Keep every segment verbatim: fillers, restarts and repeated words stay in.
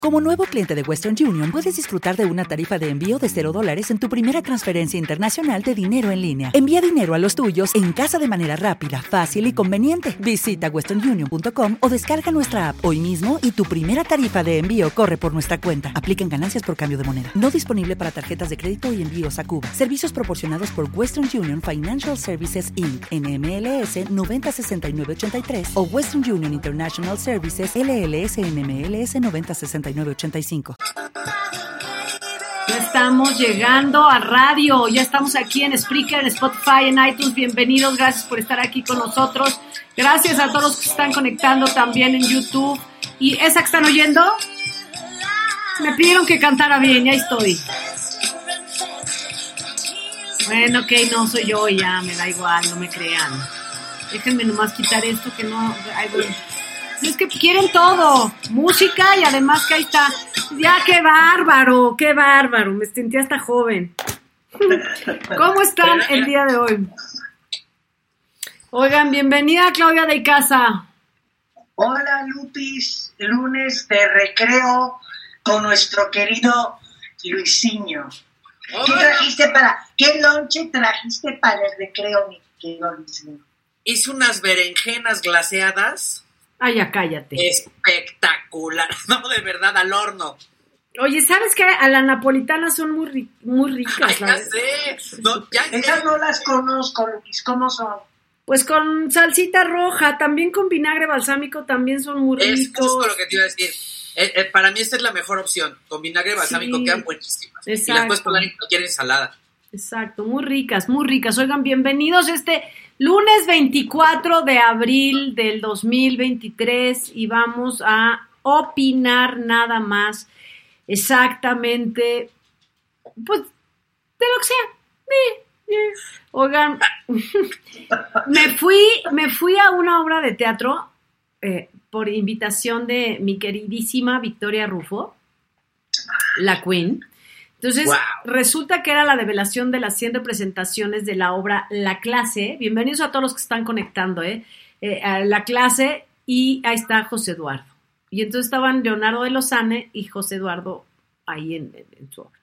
Como nuevo cliente de Western Union, puedes disfrutar de una tarifa de envío de cero dólares en tu primera transferencia internacional de dinero en línea. Envía dinero a los tuyos en casa de manera rápida, fácil y conveniente. Visita western union punto com o descarga nuestra app hoy mismo y tu primera tarifa de envío corre por nuestra cuenta. Aplican ganancias por cambio de moneda. No disponible para tarjetas de crédito y envíos a Cuba. Servicios proporcionados por Western Union Financial Services incorporated. N M L S noventa sesenta y nueve ochenta y tres o Western Union International Services L L S N M L S noventa sesenta y nueve ochenta y cinco. Ya estamos llegando a radio, ya estamos aquí en Spreaker, en Spotify, en iTunes. Bienvenidos, gracias por estar aquí con nosotros. Gracias a todos los que se están conectando también en YouTube. Y esa que están oyendo, me pidieron que cantara bien, ya estoy. Bueno, ok, no soy yo, ya me da igual, no me crean. Déjenme nomás quitar esto que no... Ay, bueno. Es que quieren todo, música y además que ahí está. Ya, qué bárbaro, qué bárbaro, me sentí hasta joven. ¿Cómo están el día de hoy? Oigan, bienvenida Claudia de Icaza. Hola Lupis, lunes de recreo con nuestro querido Luisinho. ¿Qué trajiste para, qué lonche trajiste para el recreo, mi querido Luisinho? Hice unas berenjenas glaseadas. Ay, ya cállate. Espectacular. No, de verdad, al horno. Oye, ¿sabes qué? A la napolitana son muy, ri- muy ricas. Ay, ya sé. No, ya Esas sé. no las conozco, Lupis, ¿cómo son? Pues con salsita roja, también con vinagre balsámico, también son muy Es ricos. justo lo que te iba a decir. Eh, eh, para mí esta es la mejor opción. Con vinagre balsámico Sí, quedan buenísimas. exacto. Y las puedes poner en cualquier ensalada. Exacto, muy ricas, muy ricas. Oigan, bienvenidos este lunes veinticuatro de abril del dos mil veintitrés y vamos a opinar nada más exactamente, pues, de lo que sea. Sí, sí. Oigan, me fui, me fui a una obra de teatro eh, por invitación de mi queridísima Victoria Rufo, la Queen. Entonces, wow. Resulta que era la develación de las cien representaciones de la obra La Clase. Bienvenidos a todos los que están conectando, ¿eh? eh a La Clase, y ahí está José Eduardo. Y entonces estaban Leonardo de Lozane y José Eduardo ahí en, en, en su obra.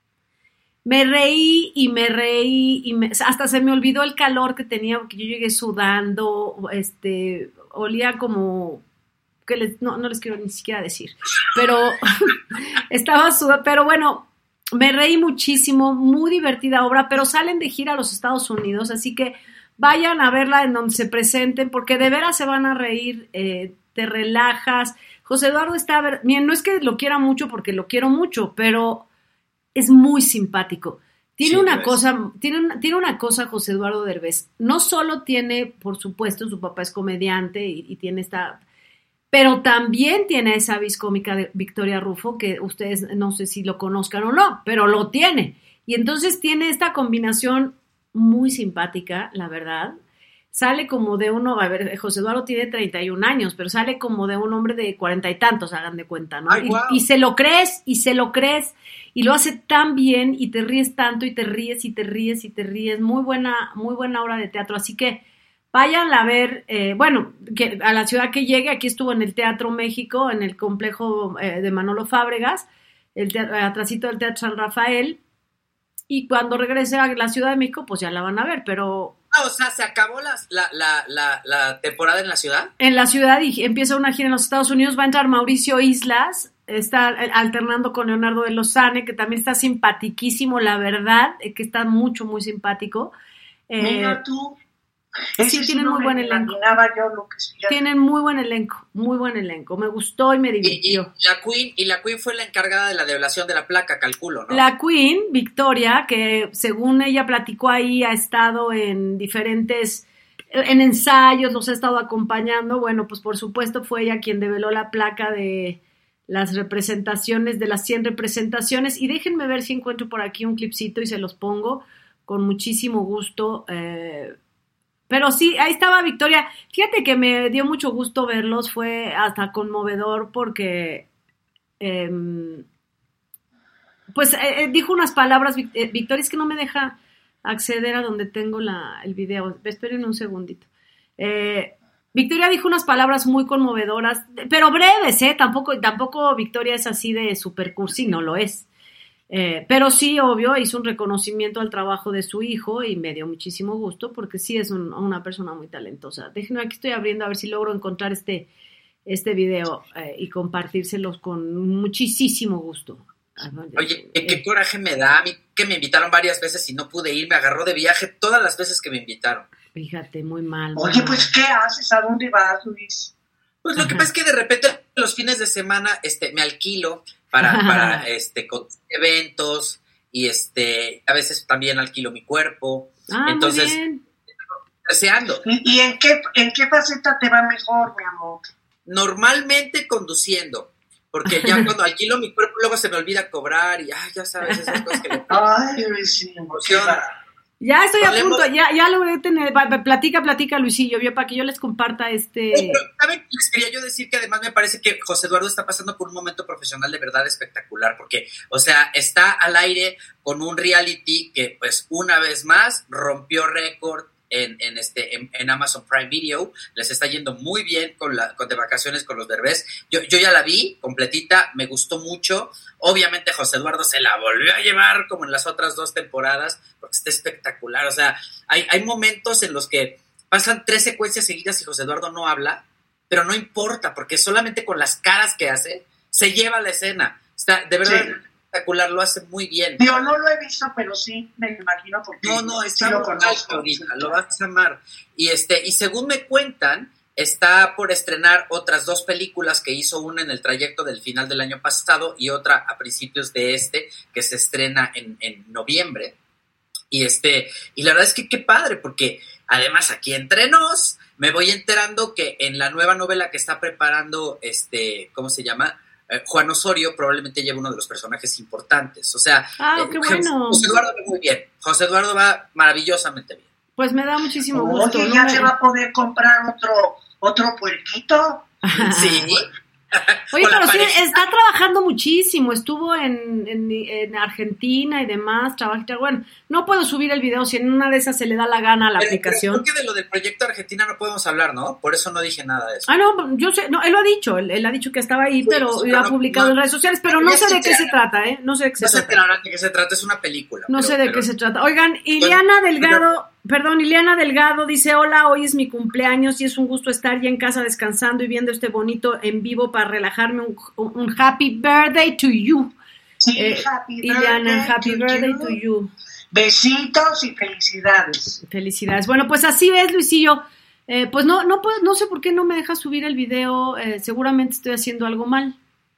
Me reí y me reí y me, hasta se me olvidó el calor que tenía porque yo llegué sudando, este, olía como... que les, no, no les quiero ni siquiera decir, pero estaba sudando, pero bueno... Me reí muchísimo, muy divertida obra, pero salen de gira a los Estados Unidos, así que vayan a verla en donde se presenten, porque de veras se van a reír, eh, te relajas. José Eduardo está, bien, no es que lo quiera mucho, porque lo quiero mucho, pero es muy simpático. Tiene sí, una pues. cosa, tiene una, tiene una cosa José Eduardo Derbez, no solo tiene, por supuesto, su papá es comediante y, y tiene esta... Pero también tiene esa vis cómica de Victoria Rufo, que ustedes no sé si lo conozcan o no, pero lo tiene. Y entonces tiene esta combinación muy simpática, la verdad. Sale como de uno, a ver, José Eduardo tiene treinta y un años, pero sale como de un hombre de cuarenta y tantos, hagan de cuenta, ¿no? Ay, wow. y, y se lo crees, y se lo crees, y lo hace tan bien, y te ríes tanto, y te ríes, y te ríes, y te ríes. Muy buena, muy buena obra de teatro, así que vayan a ver, eh, bueno, que a la ciudad que llegue. Aquí estuvo en el Teatro México, en el complejo eh, de Manolo Fábregas, el teatro, atrasito del Teatro San Rafael, y cuando regrese a la Ciudad de México, pues ya la van a ver, pero... Ah, o sea, ¿se acabó la, la, la, la, la temporada en la ciudad? En la ciudad, y empieza una gira en los Estados Unidos, va a entrar Mauricio Islas, está alternando con Leonardo de Lozane, que también está simpatiquísimo, la verdad, que está mucho, muy simpático. Eh, Mira tú... Ese sí, tienen muy buen elenco. Yo lo que tienen muy buen elenco, muy buen elenco. Me gustó y me divirtió. Y, y, la Queen, y la Queen fue la encargada de la develación de la placa, calculo, ¿no? La Queen, Victoria, que según ella platicó ahí, ha estado en diferentes, en ensayos, los ha estado acompañando. Bueno, pues por supuesto fue ella quien develó la placa de las representaciones, de las cien representaciones. Y déjenme ver si encuentro por aquí un clipcito y se los pongo con muchísimo gusto. Eh, Pero sí, ahí estaba Victoria. Fíjate que me dio mucho gusto verlos, fue hasta conmovedor porque eh, pues eh, dijo unas palabras, eh, Victoria, es que no me deja acceder a donde tengo la, el video. Esperen un segundito. Eh, Victoria dijo unas palabras muy conmovedoras, pero breves, ¿eh? Tampoco, tampoco Victoria es así de super cursi, no lo es. Eh, pero sí, obvio, hizo un reconocimiento al trabajo de su hijo y me dio muchísimo gusto porque sí es un, una persona muy talentosa. Déjenme, aquí estoy abriendo a ver si logro encontrar este, este video eh, y compartírselos con muchísimo gusto. Oye, eh, qué coraje me da a mí que me invitaron varias veces y no pude ir, me agarró de viaje todas las veces que me invitaron. Fíjate, muy mal. Muy Oye, mal. pues, ¿qué haces? ¿A dónde vas, Luis? Pues lo que pasa es que de repente los fines de semana este, me alquilo para, para este, con eventos y este, a veces también alquilo mi cuerpo. Ah, Entonces, muy bien. deseando. ¿Y, y en, qué, en qué faceta te va mejor, mi amor? Normalmente conduciendo, porque ya cuando alquilo mi cuerpo luego se me olvida cobrar y ay, ya sabes, esas cosas que le Ay, Luisín, qué va. Ya estoy a Hablemos- punto, ya, ya lo voy a tener. Va, va, Platica, platica, Luisillo, yo, para que yo les comparta este. Pero, ¿saben? Les quería yo decir que además me parece que José Eduardo está pasando por un momento profesional de verdad espectacular, porque, o sea, está al aire con un reality que, pues, una vez más rompió récord en, en este en, en Amazon Prime Video. Les está yendo muy bien con la con De Vacaciones con los Derbez. Yo, yo ya la vi completita, me gustó mucho. Obviamente José Eduardo se la volvió a llevar como en las otras dos temporadas, porque está espectacular. O sea, hay, hay momentos en los que pasan tres secuencias seguidas y José Eduardo no habla, pero no importa, porque solamente con las caras que hace se lleva la escena. Está de verdad Sí. espectacular, lo hace muy bien. Digo, no lo he visto, pero sí me imagino porque No, no, sí está lo brutal, conozco. Claudita, lo vas a amar. Y este, y según me cuentan, está por estrenar otras dos películas que hizo, una en el trayecto del final del año pasado y otra a principios de este, que se estrena en, en noviembre. Y este, y la verdad es que qué padre, porque además aquí entre nos me voy enterando que en la nueva novela que está preparando este, ¿cómo se llama? Eh, Juan Osorio probablemente lleva uno de los personajes importantes. O sea, Ah, eh, qué bueno. José Eduardo va muy bien. José Eduardo va maravillosamente bien. Pues me da muchísimo gusto. Oye, ¿no? ¿ya Me- se va a poder comprar otro, otro puerquito? Sí. Oye, Con la pero sí, pareja. está trabajando muchísimo. Estuvo en, en, en Argentina y demás. Trabaja, bueno, no puedo subir el video si en una de esas se le da la gana a la Pero- aplicación. pero creo que de lo del proyecto Argentina no podemos hablar, ¿no? Por eso no dije nada de eso. Ah, no, yo sé, no, él lo ha dicho, él, él ha dicho que estaba ahí, Sí, pero sí, lo ha no, publicado no. en redes sociales, pero no Ya sé se de qué se enteraron. trata, ¿eh? No sé de qué se No se trata. enterarán de qué se trata, es una película. No pero- sé de pero- qué se trata. Oigan, Ileana Delgado, perdón, Ileana Delgado dice, hola, hoy es mi cumpleaños y es un gusto estar ya en casa descansando y viendo este bonito en vivo para relajarme. Un, un happy birthday to you. Sí, Eh, happy Ileana, birthday happy to birthday you. to you. Besitos y felicidades. Felicidades. Bueno, pues así es, Luisillo. Eh, pues no, no puedo, no sé por qué no me dejas subir el video. Eh, seguramente estoy haciendo algo mal.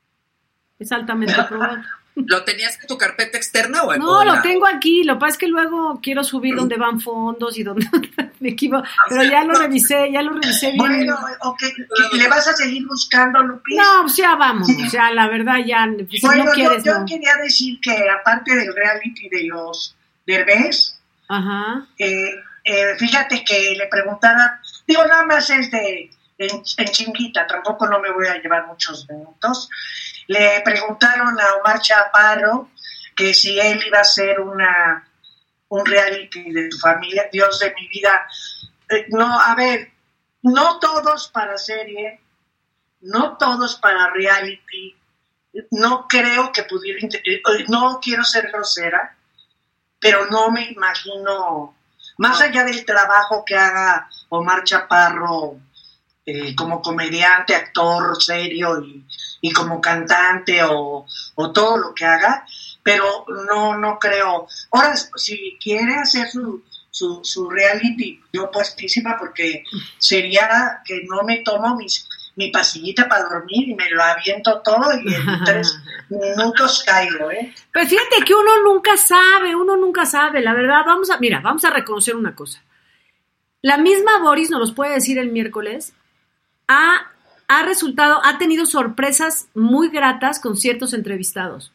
Es altamente probable. ¿Lo tenías en tu carpeta externa o en No, o en lo la- tengo aquí. Lo que pasa es que luego quiero subir donde van fondos y donde me equivoco. Pero ya lo revisé, ya lo revisé bien. Bueno, ok, ¿le vas a seguir buscando, Lupis? No, pues ya vamos. Ya, la verdad, ya. Si Bueno, no yo, quieres, yo no. quería decir que aparte del reality de los Derbez, Ajá. eh, eh, fíjate que le preguntaran, digo, nada más es de en, en chinguita, tampoco no me voy a llevar muchos minutos, le preguntaron a Omar Chaparro que si él iba a hacer una un reality de su familia, Dios de mi vida. Eh, no, a ver, no todos para serie, no todos para reality, no creo que pudiera, inter- eh, no quiero ser grosera, pero no me imagino, más allá del trabajo que haga Omar Chaparro eh, como comediante, actor serio y, y como cantante o, o todo lo que haga, pero no no creo. Ahora, si quiere hacer su, su, su reality, yo puestísima, porque sería que no me tomo mis mi pasillita para dormir y me lo aviento todo y en tres minutos caigo, ¿eh? Pero fíjate que uno nunca sabe, uno nunca sabe, la verdad. Vamos a, mira, vamos a reconocer una cosa. La misma Boris nos los puede decir el miércoles. Ha, ha resultado, ha tenido sorpresas muy gratas con ciertos entrevistados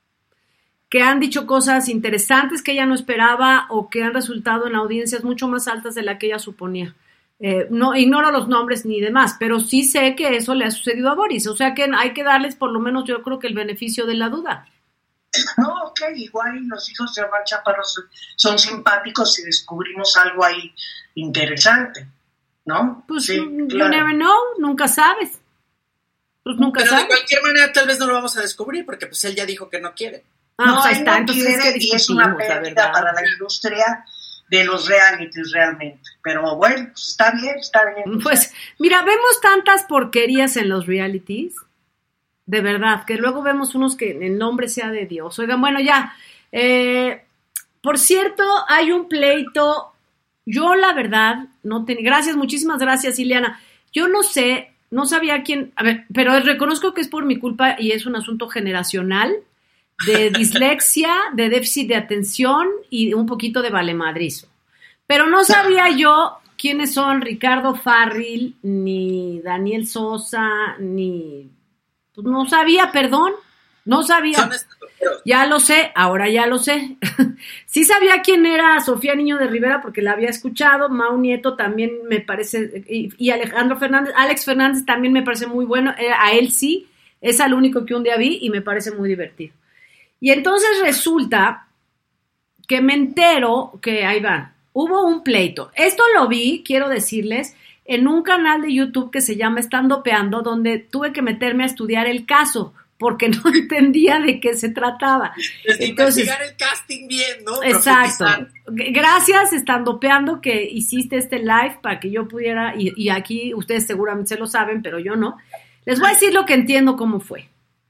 que han dicho cosas interesantes que ella no esperaba o que han resultado en audiencias mucho más altas de la que ella suponía. Eh, no ignoro los nombres ni demás, pero sí sé que eso le ha sucedido a Boris, o sea que hay que darles por lo menos yo creo que el beneficio de la duda. No, ok, igual y los hijos de Omar Chaparro son, son simpáticos y descubrimos algo ahí interesante. ¿no? Pues Sí, you claro. never know, nunca sabes. Pues nunca Pero sabes. de cualquier manera tal vez no lo vamos a descubrir porque pues él ya dijo que no quiere. Ah, no, pues ahí él está, no entonces quiere ¿qué y es una discutimos, la pérdida verdad? para la industria de los realities realmente. Pero bueno, pues está bien, está bien. Pues mira, vemos tantas porquerías en los realities, de verdad, que luego vemos unos que el nombre sea de Dios. Oigan, bueno, ya. Eh, por cierto, hay un pleito. Yo, la verdad, no tenía. Gracias, muchísimas gracias, Ileana. Yo no sé, no sabía quién. A ver, pero reconozco que es por mi culpa y es un asunto generacional de dislexia, de déficit de atención y un poquito de valemadrismo. Pero no sabía yo quiénes son Ricardo Farril, ni Daniel Sosa, ni. Pues no sabía, perdón. No sabía. Son estandoperos. Ya lo sé, ahora ya lo sé. Sí sabía quién era Sofía Niño de Rivera porque la había escuchado. Mau Nieto también me parece. Y, y Alejandro Fernández. Alex Fernández también me parece muy bueno. Eh, a él sí. Es al único que un día vi y me parece muy divertido. Y entonces resulta que me entero que ahí van. Hubo un pleito. Esto lo vi, quiero decirles, en un canal de YouTube que se llama Estandopeando, donde tuve que meterme a estudiar el caso, porque no entendía de qué se trataba. Desde Entonces, investigar el casting bien, ¿no? exacto. Profundizar. Gracias, Estandopeando, que hiciste este live para que yo pudiera, y, y aquí ustedes seguramente se lo saben, pero yo no. Les voy a decir lo que entiendo cómo fue.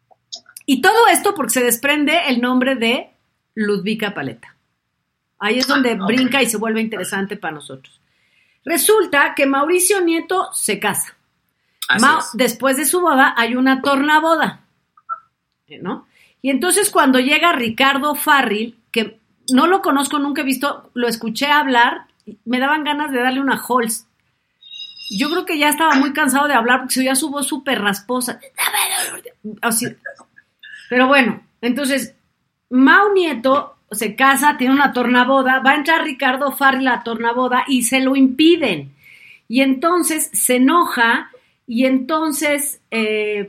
Y todo esto porque se desprende el nombre de Ludvika Paleta. Ahí es donde brinca y se vuelve interesante para nosotros. Resulta que Mauricio Nieto se casa. Ma- después de su boda hay una tornaboda, ¿no? Y entonces cuando llega Ricardo Farril, que no lo conozco, nunca he visto, lo escuché hablar, me daban ganas de darle una Halls. Yo creo que ya estaba muy cansado de hablar porque se oía su voz súper rasposa. Así. Pero bueno, entonces Mau Nieto se casa, tiene una tornaboda, va a entrar Ricardo Farril a la tornaboda y se lo impiden. Y entonces se enoja y entonces eh,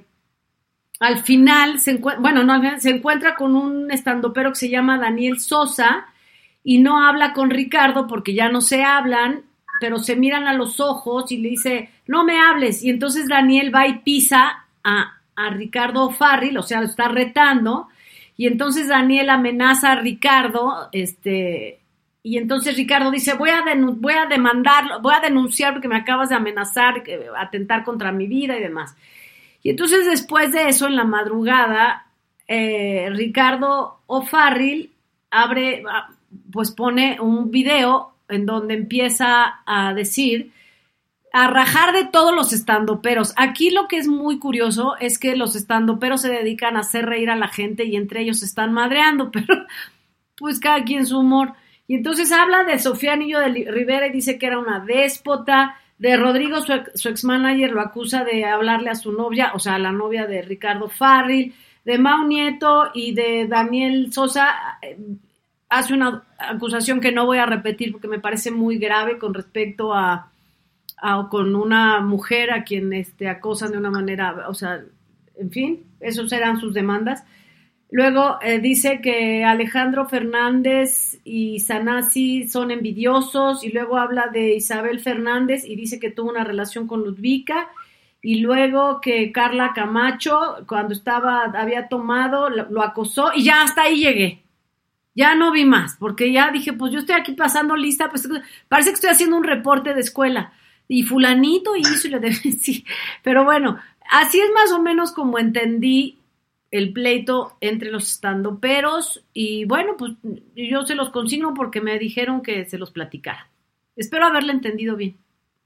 al final se encuentra, bueno, no, se encuentra con un estandopero que se llama Daniel Sosa y no habla con Ricardo porque ya no se hablan, pero se miran a los ojos y le dice, no me hables. Y entonces Daniel va y pisa a, a Ricardo Farril, o sea, lo está retando. Y entonces Daniel amenaza a Ricardo, este, y entonces Ricardo dice, voy a, denun- voy a demandarlo, voy a denunciar porque me acabas de amenazar, eh, atentar contra mi vida y demás. Y entonces después de eso, en la madrugada, eh, Ricardo O'Farrill abre, pues pone un video en donde empieza a decir, a rajar de todos los estandoperos. Aquí lo que es muy curioso es que los estandoperos se dedican a hacer reír a la gente y entre ellos se están madreando, pero pues cada quien su humor. Y entonces habla de Sofía Niño de Rivera y dice que era una déspota, de Rodrigo, su, su ex-manager, lo acusa de hablarle a su novia, o sea, a la novia de Ricardo Farril, de Mau Nieto y de Daniel Sosa, eh, hace una acusación que no voy a repetir porque me parece muy grave con respecto a A, con una mujer a quien este, acosan de una manera, o sea, en fin, esas eran sus demandas. Luego eh, dice que Alejandro Fernández y Sanasi son envidiosos y luego habla de Isabel Fernández y dice que tuvo una relación con Ludvika y luego que Carla Camacho cuando estaba, había tomado, lo, lo acosó y ya hasta ahí llegué. Ya no vi más, porque ya dije, pues yo estoy aquí pasando lista, pues parece que estoy haciendo un reporte de escuela. Y fulanito hizo y le debe sí. Pero bueno, así es más o menos como entendí el pleito entre los estandoperos y bueno, pues yo se los consigno porque me dijeron que se los platicara. Espero haberle entendido bien.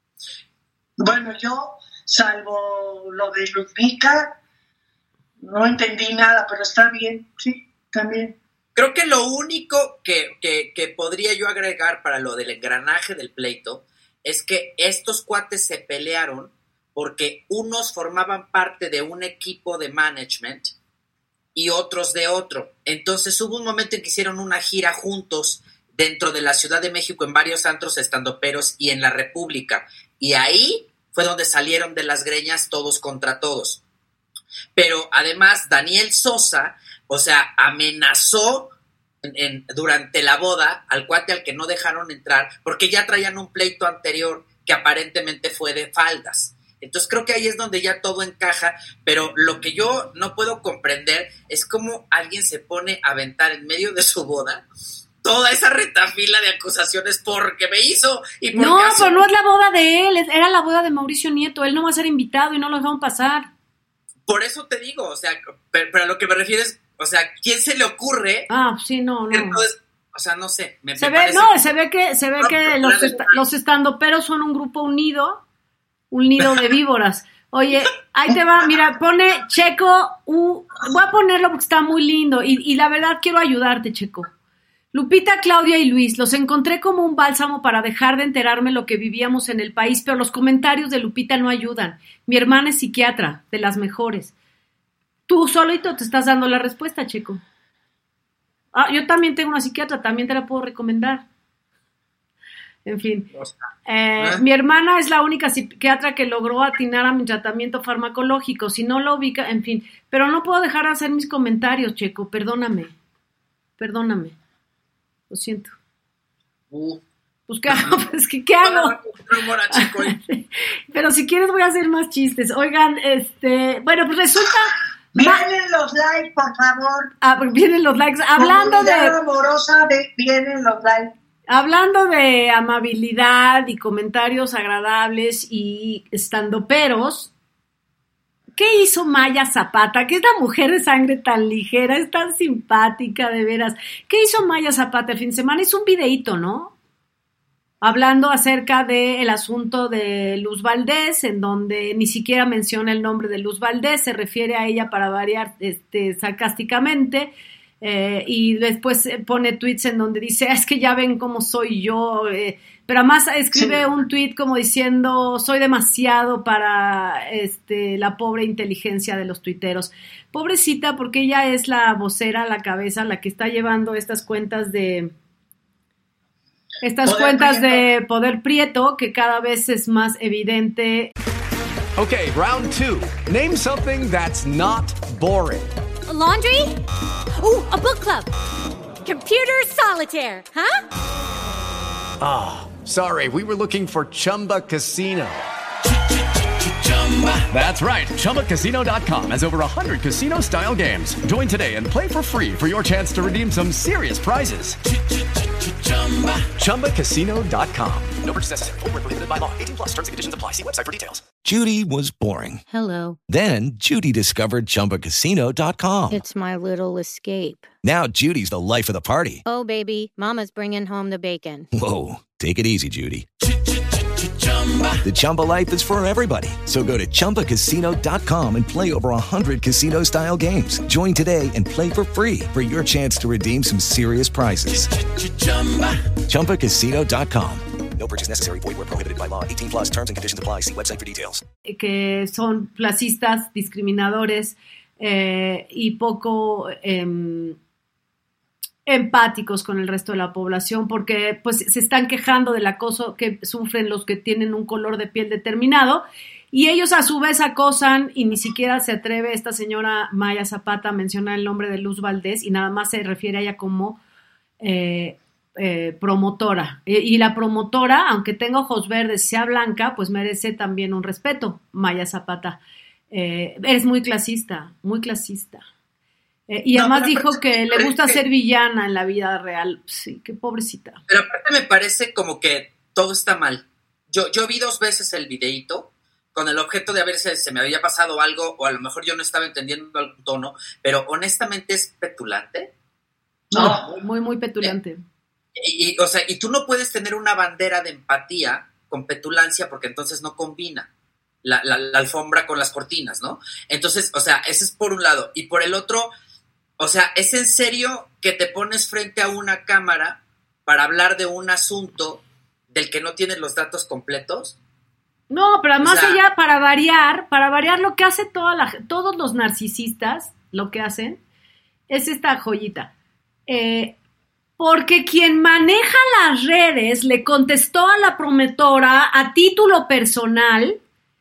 Bueno, yo, salvo lo de Ludvika, no entendí nada, pero está bien, sí, también. Creo que lo único que, que, que podría yo agregar para lo del engranaje del pleito es que estos cuates se pelearon porque unos formaban parte de un equipo de management y otros de otro. Entonces hubo un momento en que hicieron una gira juntos dentro de la Ciudad de México en varios antros estandoperos y en la República. Y ahí fue donde salieron de las greñas todos contra todos. Pero además Daniel Sosa, o sea, amenazó En, en, durante la boda al cuate al que no dejaron entrar porque ya traían un pleito anterior que aparentemente fue de faldas. Entonces creo que ahí es donde ya todo encaja, pero lo que yo no puedo comprender es cómo alguien se pone a aventar en medio de su boda toda esa retafila de acusaciones porque me hizo y porque No, hace... pero no es la boda de él, era la boda de Mauricio Nieto, él no va a ser invitado y no lo dejaron pasar. Por eso te digo, o sea, pero, pero a lo que me refiero es, o sea, ¿quién se le ocurre? Ah, sí, no, no. Entonces, o sea, no sé, me, Se me ve, parece... no, se ve que, se ve No, que pero los, claro, esta, los estandoperos son un grupo unido, un nido de víboras. Oye, ahí te va, mira, pone Checo, uh, voy a ponerlo porque está muy lindo y, y la verdad quiero ayudarte, Checo. Lupita, Claudia y Luis, los encontré como un bálsamo para dejar de enterarme lo que vivíamos en el país, pero los comentarios de Lupita no ayudan. Mi hermana es psiquiatra, de las mejores. Tú solito te estás dando la respuesta, Checo. Ah, yo también tengo una psiquiatra, también te la puedo recomendar. En fin, eh, ¿Eh? mi hermana es la única psiquiatra que logró atinar a mi tratamiento farmacológico. Si no lo ubica, en fin, pero no puedo dejar de hacer mis comentarios, Checo. Perdóname, perdóname. Lo siento. Uh. Pues, ¿qué hago? Pues, ¿qué, ¿qué hago? Pero si quieres voy a hacer más chistes. Oigan, este, bueno, pues resulta... Vienen los likes, por favor. Ah, vienen los likes. Hablando de... amorosa, de, vienen los likes. Hablando de amabilidad y comentarios agradables y estandoperos, ¿qué hizo Maya Zapata? Que es la mujer de sangre tan ligera, es tan simpática, de veras. ¿Qué hizo Maya Zapata el fin de semana? Hizo un videíto, ¿no? Hablando acerca del asunto de Luz Valdés, en donde ni siquiera menciona el nombre de Luz Valdés, se refiere a ella para variar este, sarcásticamente. Eh, y después pone tweets en donde dice, es que ya ven cómo soy yo, eh, pero además escribe sí. un tweet como diciendo, soy demasiado para este, la pobre inteligencia de los tuiteros. Pobrecita, porque ella es la vocera, la cabeza, la que está llevando estas cuentas de estas poder cuentas prieto. de Poder Prieto, que cada vez es más evidente. Okay, round two. Name something that's not boring. A laundry? Ooh, a book club. Computer solitaire, huh? Ah, oh, sorry, we were looking for Chumba Casino. That's right, Chumba Casino dot com has over one hundred casino-style games. Join today and play for free for your chance to redeem some serious prizes. Chumba Casino dot com. No purchase necessary. Void where prohibited by law. eighteen plus terms and conditions apply. See website for details. Judy was boring. Hello. Then Judy discovered Chumba Casino dot com. It's my little escape. Now Judy's the life of the party. Oh, baby, mama's bringing home the bacon. Whoa, take it easy, Judy. The Chumba life is for everybody. So go to Chumba Casino dot com and play over one hundred casino-style games. Join today and play for free for your chance to redeem some serious prizes. Chumba Casino dot com. No purchase necessary. Void where prohibited by law. eighteen plus terms and conditions apply. See website for details. Que son clasistas, discriminadores eh, y poco... Eh, empáticos con el resto de la población, porque pues se están quejando del acoso que sufren los que tienen un color de piel determinado, y ellos a su vez acosan, y ni siquiera se atreve esta señora Maya Zapata a mencionar el nombre de Luz Valdés, y nada más se refiere a ella como eh, eh, promotora, y, y la promotora, aunque tenga ojos verdes, sea blanca, pues merece también un respeto. Maya Zapata, eh, eres muy clasista, muy clasista. Eh, y no, además dijo que le gusta que... ser villana en la vida real. Sí, qué pobrecita. Pero aparte me parece como que todo está mal. Yo, yo vi dos veces el videíto con el objeto de a ver si se me había pasado algo o a lo mejor yo no estaba entendiendo el tono, pero honestamente es petulante. No, no. muy, muy petulante. Eh, y, y, o sea, y tú no puedes tener una bandera de empatía con petulancia porque entonces no combina. La, la, la alfombra con las cortinas, ¿no? Entonces, o sea, ese es por un lado. Y por el otro... O sea, ¿es en serio que te pones frente a una cámara para hablar de un asunto del que no tienes los datos completos? No, pero además o sea, ella, para variar, para variar lo que hace toda la, todos los narcisistas, lo que hacen, es esta joyita. Eh, porque quien maneja las redes le contestó a la promotora a título personal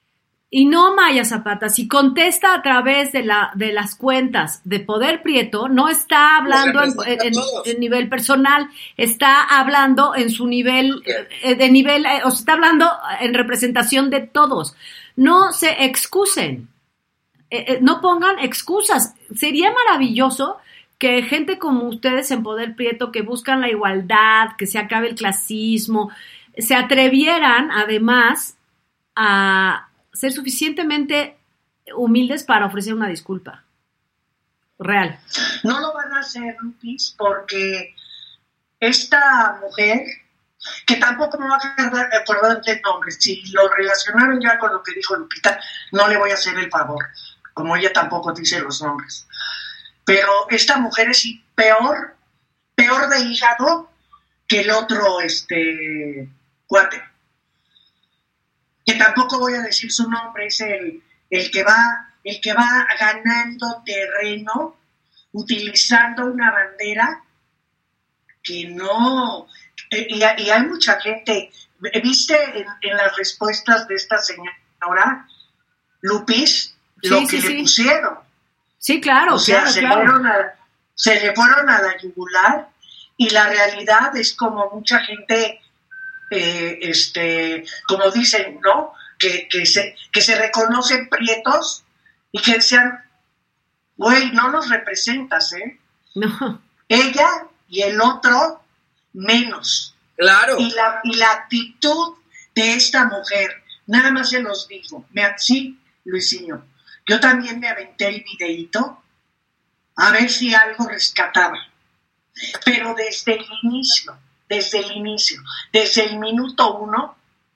Y no Maya Zapata, si contesta a través de la de las cuentas de Poder Prieto, no está hablando en, en, en nivel personal, está hablando en su nivel, eh, de nivel, eh, o sea, está hablando en representación de todos. No se excusen, eh, eh, no pongan excusas. Sería maravilloso que gente como ustedes en Poder Prieto, que buscan la igualdad, que se acabe el clasismo, se atrevieran además a ser suficientemente humildes para ofrecer una disculpa real. No lo van a hacer, Lupis, porque esta mujer, que tampoco me va a acordar, acordar del nombre, si lo relacionaron ya con lo que dijo Lupita, no le voy a hacer el favor, como ella tampoco dice los nombres. Pero esta mujer es peor, peor de hígado que el otro este cuate. Que tampoco voy a decir su nombre, es el, el que va, el que va ganando terreno utilizando una bandera que no, y, y hay mucha gente, ¿viste en, en las respuestas de esta señora Lupis lo sí, que sí, le sí. pusieron? Sí, claro, o sea, claro, se, claro. Fueron a, se le fueron a la yugular y la realidad es como mucha gente, eh, este, como dicen, ¿no? Que, que, se, que se reconocen prietos y que decían, güey, no nos representas, ¿eh? No. Ella y el otro menos. Claro. Y la, y la actitud de esta mujer, nada más se los digo, me, sí, Luisinho, yo también me aventé el videíto a ver si algo rescataba, pero desde el inicio, desde el inicio, desde el minuto uno,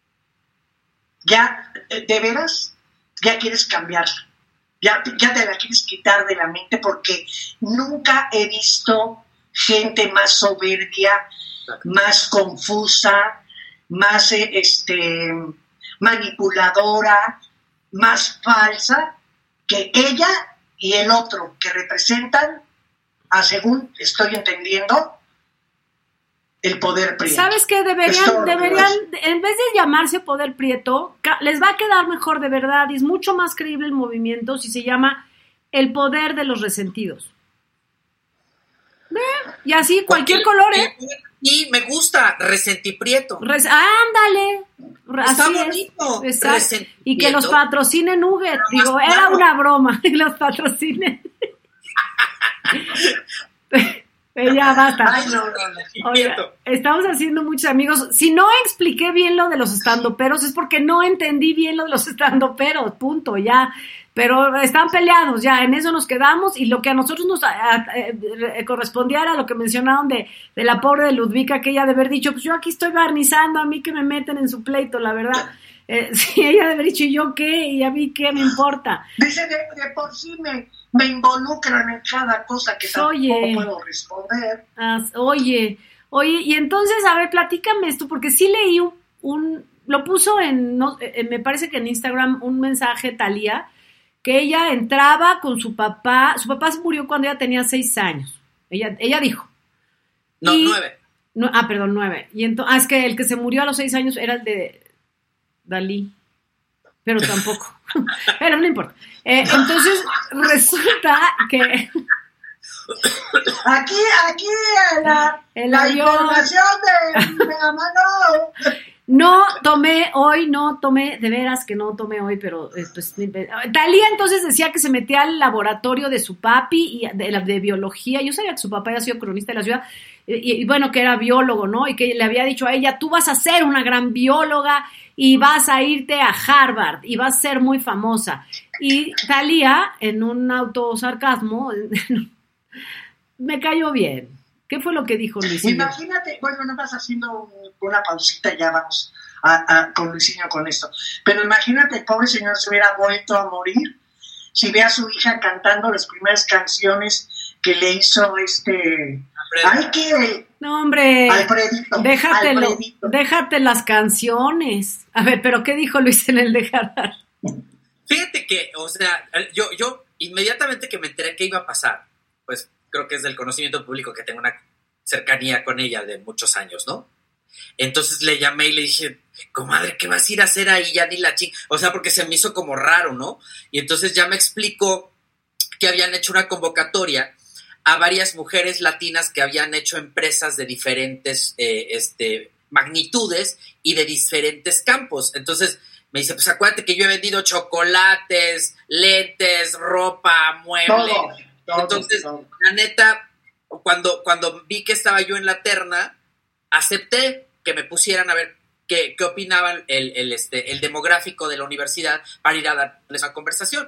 ya, de veras, ya quieres cambiarla, ya, ya te la quieres quitar de la mente, porque nunca he visto gente más soberbia, más confusa, más este, manipuladora, más falsa que ella y el otro, que representan, a según estoy entendiendo, el Poder Prieto. ¿Sabes qué? Deberían, deberían, en vez de llamarse Poder Prieto, les va a quedar mejor de verdad, y es mucho más creíble el movimiento si se llama el Poder de los Resentidos. ¿Ve? Y así, cualquier Porque, color, ¿eh? Y me gusta, Resentiprieto. Res- ¡Ándale! Está Así bonito. es. Exacto. Resentiprieto. Y que los patrocinen Nugget. Pero Digo, más era claro. una broma. Y los patrocinen. Ya basta. Ay, no, no, no. Oye, estamos haciendo muchos amigos. Si no expliqué bien lo de los estandoperos, es porque no entendí bien lo de los estandoperos, punto, ya. Pero están peleados, ya, en eso nos quedamos, y lo que a nosotros nos a, a, a, correspondía era lo que mencionaron de, de la pobre de Ludvika, que ella de haber dicho, pues yo aquí estoy barnizando, a mí que me meten en su pleito, la verdad. Eh, sí, ella de haber dicho, ¿y yo qué? ¿Y a mí qué me importa? Dice, de, de por sí me, me involucran en cada cosa que Oye. tampoco puedo responder. Ah, oye, oye, y entonces, a ver, platícame esto, porque sí leí un, un lo puso en, no, eh, me parece que en Instagram, un mensaje Thalía, que ella entraba con su papá, su papá se murió cuando ella tenía seis años, ella, ella dijo. No, Y, nueve. No, ah, perdón, nueve. Y entonces, ah, es que el que se murió a los seis años era el de Dalí, pero tampoco. Pero no importa. Eh, entonces, resulta que... Aquí, aquí, la, El la avión. información de mi mamá no. No tomé hoy, no tomé, de veras que no tomé hoy, pero eh, pues, Thalía entonces decía que se metía al laboratorio de su papi y de, de, de biología. Yo sabía que su papá había sido cronista de la ciudad y, y bueno, que era biólogo, ¿no? Y que le había dicho a ella, tú vas a ser una gran bióloga y vas a irte a Harvard y vas a ser muy famosa. Y Thalía, en un autosarcasmo, me cayó bien. ¿Qué fue lo que dijo Luisinho? Imagínate, bueno, no vas haciendo un, una pausita, ya vamos a, a, con Luisinho con esto, pero imagínate, el pobre señor se hubiera vuelto a morir si ve a su hija cantando las primeras canciones que le hizo este... Alfredo. ¡Ay, qué! No, hombre, Alfredito, déjatelo, Alfredito. déjate las canciones. A ver, ¿pero qué dijo Luis en el de Harvard? Fíjate que, o sea, yo, yo inmediatamente que me enteré que iba a pasar, pues creo que es del conocimiento público que tengo una cercanía con ella de muchos años, ¿no? Entonces le llamé y le dije, comadre, ¿qué vas a ir a hacer ahí? Ya ni la ching... O sea, porque se me hizo como raro, ¿no? Y entonces ya me explicó que habían hecho una convocatoria a varias mujeres latinas que habían hecho empresas de diferentes eh, este, magnitudes y de diferentes campos. Entonces me dice, pues acuérdate que yo he vendido chocolates, lentes, ropa, muebles. Todo, todo, Entonces, todo. La neta, cuando, cuando vi que estaba yo en la terna, acepté que me pusieran a ver qué, qué opinaban el, el, este, el demográfico de la universidad para ir a darles una conversación.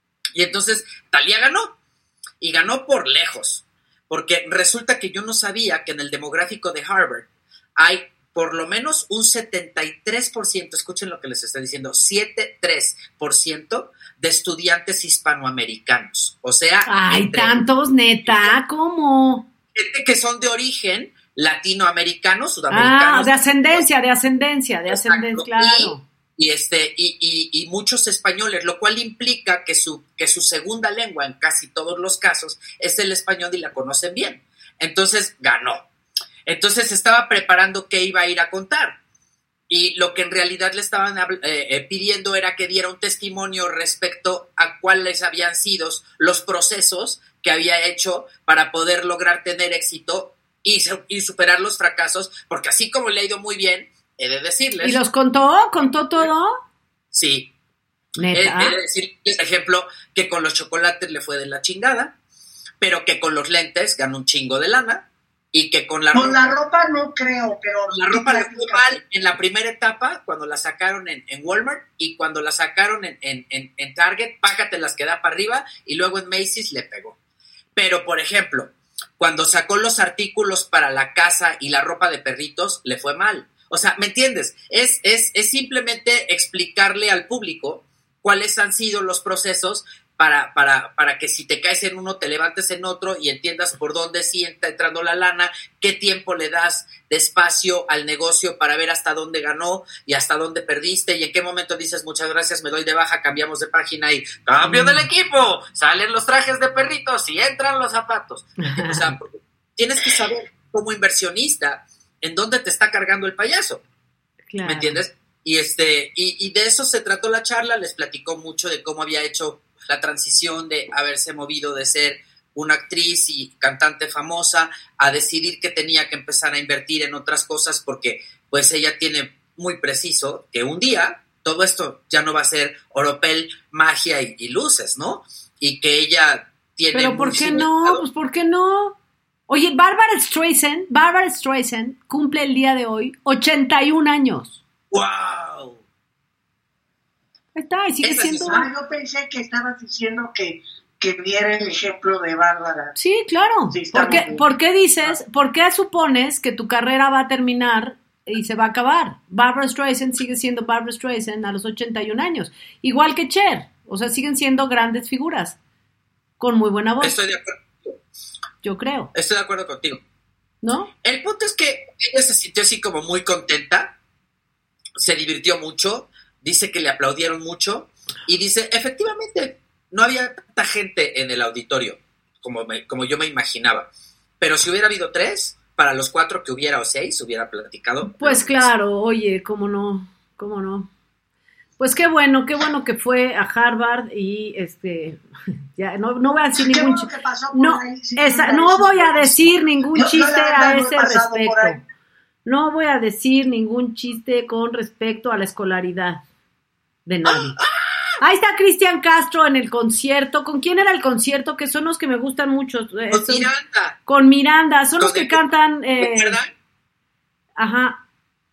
Y entonces Thalía ganó, y ganó por lejos, porque resulta que yo no sabía que en el demográfico de Harvard hay por lo menos un setenta y tres por ciento, escuchen lo que les estoy diciendo, setenta y tres por ciento de estudiantes hispanoamericanos. O sea... ¡Ay, entre, tantos, neta! ¿Cómo? Gente que son de origen latinoamericano, sudamericano. Ah, de ascendencia, de ascendencia, de ascendencia, claro. Y, y, este, y, y, y muchos españoles, lo cual implica que su, que su segunda lengua en casi todos los casos es el español y la conocen bien. Entonces, ganó. Entonces estaba preparando qué iba a ir a contar. Y lo que en realidad le estaban eh, eh, pidiendo era que diera un testimonio respecto a cuáles habían sido los procesos que había hecho para poder lograr tener éxito y, y superar los fracasos, porque así como le ha ido muy bien, he de decirles... ¿Y los contó? ¿Contó todo? Sí. ¿Neta? He, he de decirles, por ejemplo, que con los chocolates le fue de la chingada, pero que con los lentes ganó un chingo de lana, y que con la con ropa... la ropa no creo, pero... La ropa le fue mal en la primera etapa, cuando la sacaron en, en Walmart, y cuando la sacaron en, en, en, en Target, págate las que da para arriba, y luego en Macy's le pegó. Pero, por ejemplo, cuando sacó los artículos para la casa y la ropa de perritos, le fue mal. O sea, ¿me entiendes? Es, es, es simplemente explicarle al público cuáles han sido los procesos para, para, para que si te caes en uno, te levantes en otro y entiendas por dónde sí está entrando la lana, qué tiempo le das de espacio al negocio para ver hasta dónde ganó y hasta dónde perdiste, y en qué momento dices muchas gracias, me doy de baja, cambiamos de página y cambio del equipo, salen los trajes de perritos y entran los zapatos. O sea, tienes que saber como inversionista en dónde te está cargando el payaso. Claro. ¿Me entiendes? Y, este, y, y de eso se trató la charla, les platicó mucho de cómo había hecho la transición de haberse movido de ser una actriz y cantante famosa a decidir que tenía que empezar a invertir en otras cosas, porque pues ella tiene muy preciso que un día todo esto ya no va a ser oropel, magia y, y luces, ¿no? Y que ella tiene... Pero ¿por qué no? Pues ¿por qué no? Oye, Barbara Streisand, Barbara Streisand cumple el día de hoy ochenta y un años. ¡Wow! Ahí está, y sigue siendo... Ah, yo pensé que estabas diciendo que, que viera el ejemplo de Bárbara. Sí, claro. Sí, ¿Por, qué, ¿Por qué dices, por qué supones que tu carrera va a terminar y se va a acabar? Barbara Streisand sigue siendo Barbara Streisand a los ochenta y un años. Igual que Cher. O sea, siguen siendo grandes figuras. Con muy buena voz. Estoy de acuerdo. Yo creo. Estoy de acuerdo contigo. ¿No? El punto es que ella se sintió así como muy contenta, se divirtió mucho, dice que le aplaudieron mucho y dice, efectivamente, no había tanta gente en el auditorio como, me, como yo me imaginaba, pero si hubiera habido tres, para los cuatro que hubiera o seis, hubiera platicado. Pues claro, oye, cómo no, cómo no. Pues qué bueno, qué bueno que fue a Harvard y este ya no, no voy a decir ningún chiste. No, sí, esa, no voy a decir ningún yo, chiste yo a ese respecto. No voy a decir ningún chiste con respecto a la escolaridad de nadie. Ahí está Cristian Castro en el concierto. ¿Con quién era el concierto? Que son los que me gustan mucho. Con son, Miranda. Con Miranda. Son los que cantan. Eh, ¿Verdad? Ajá.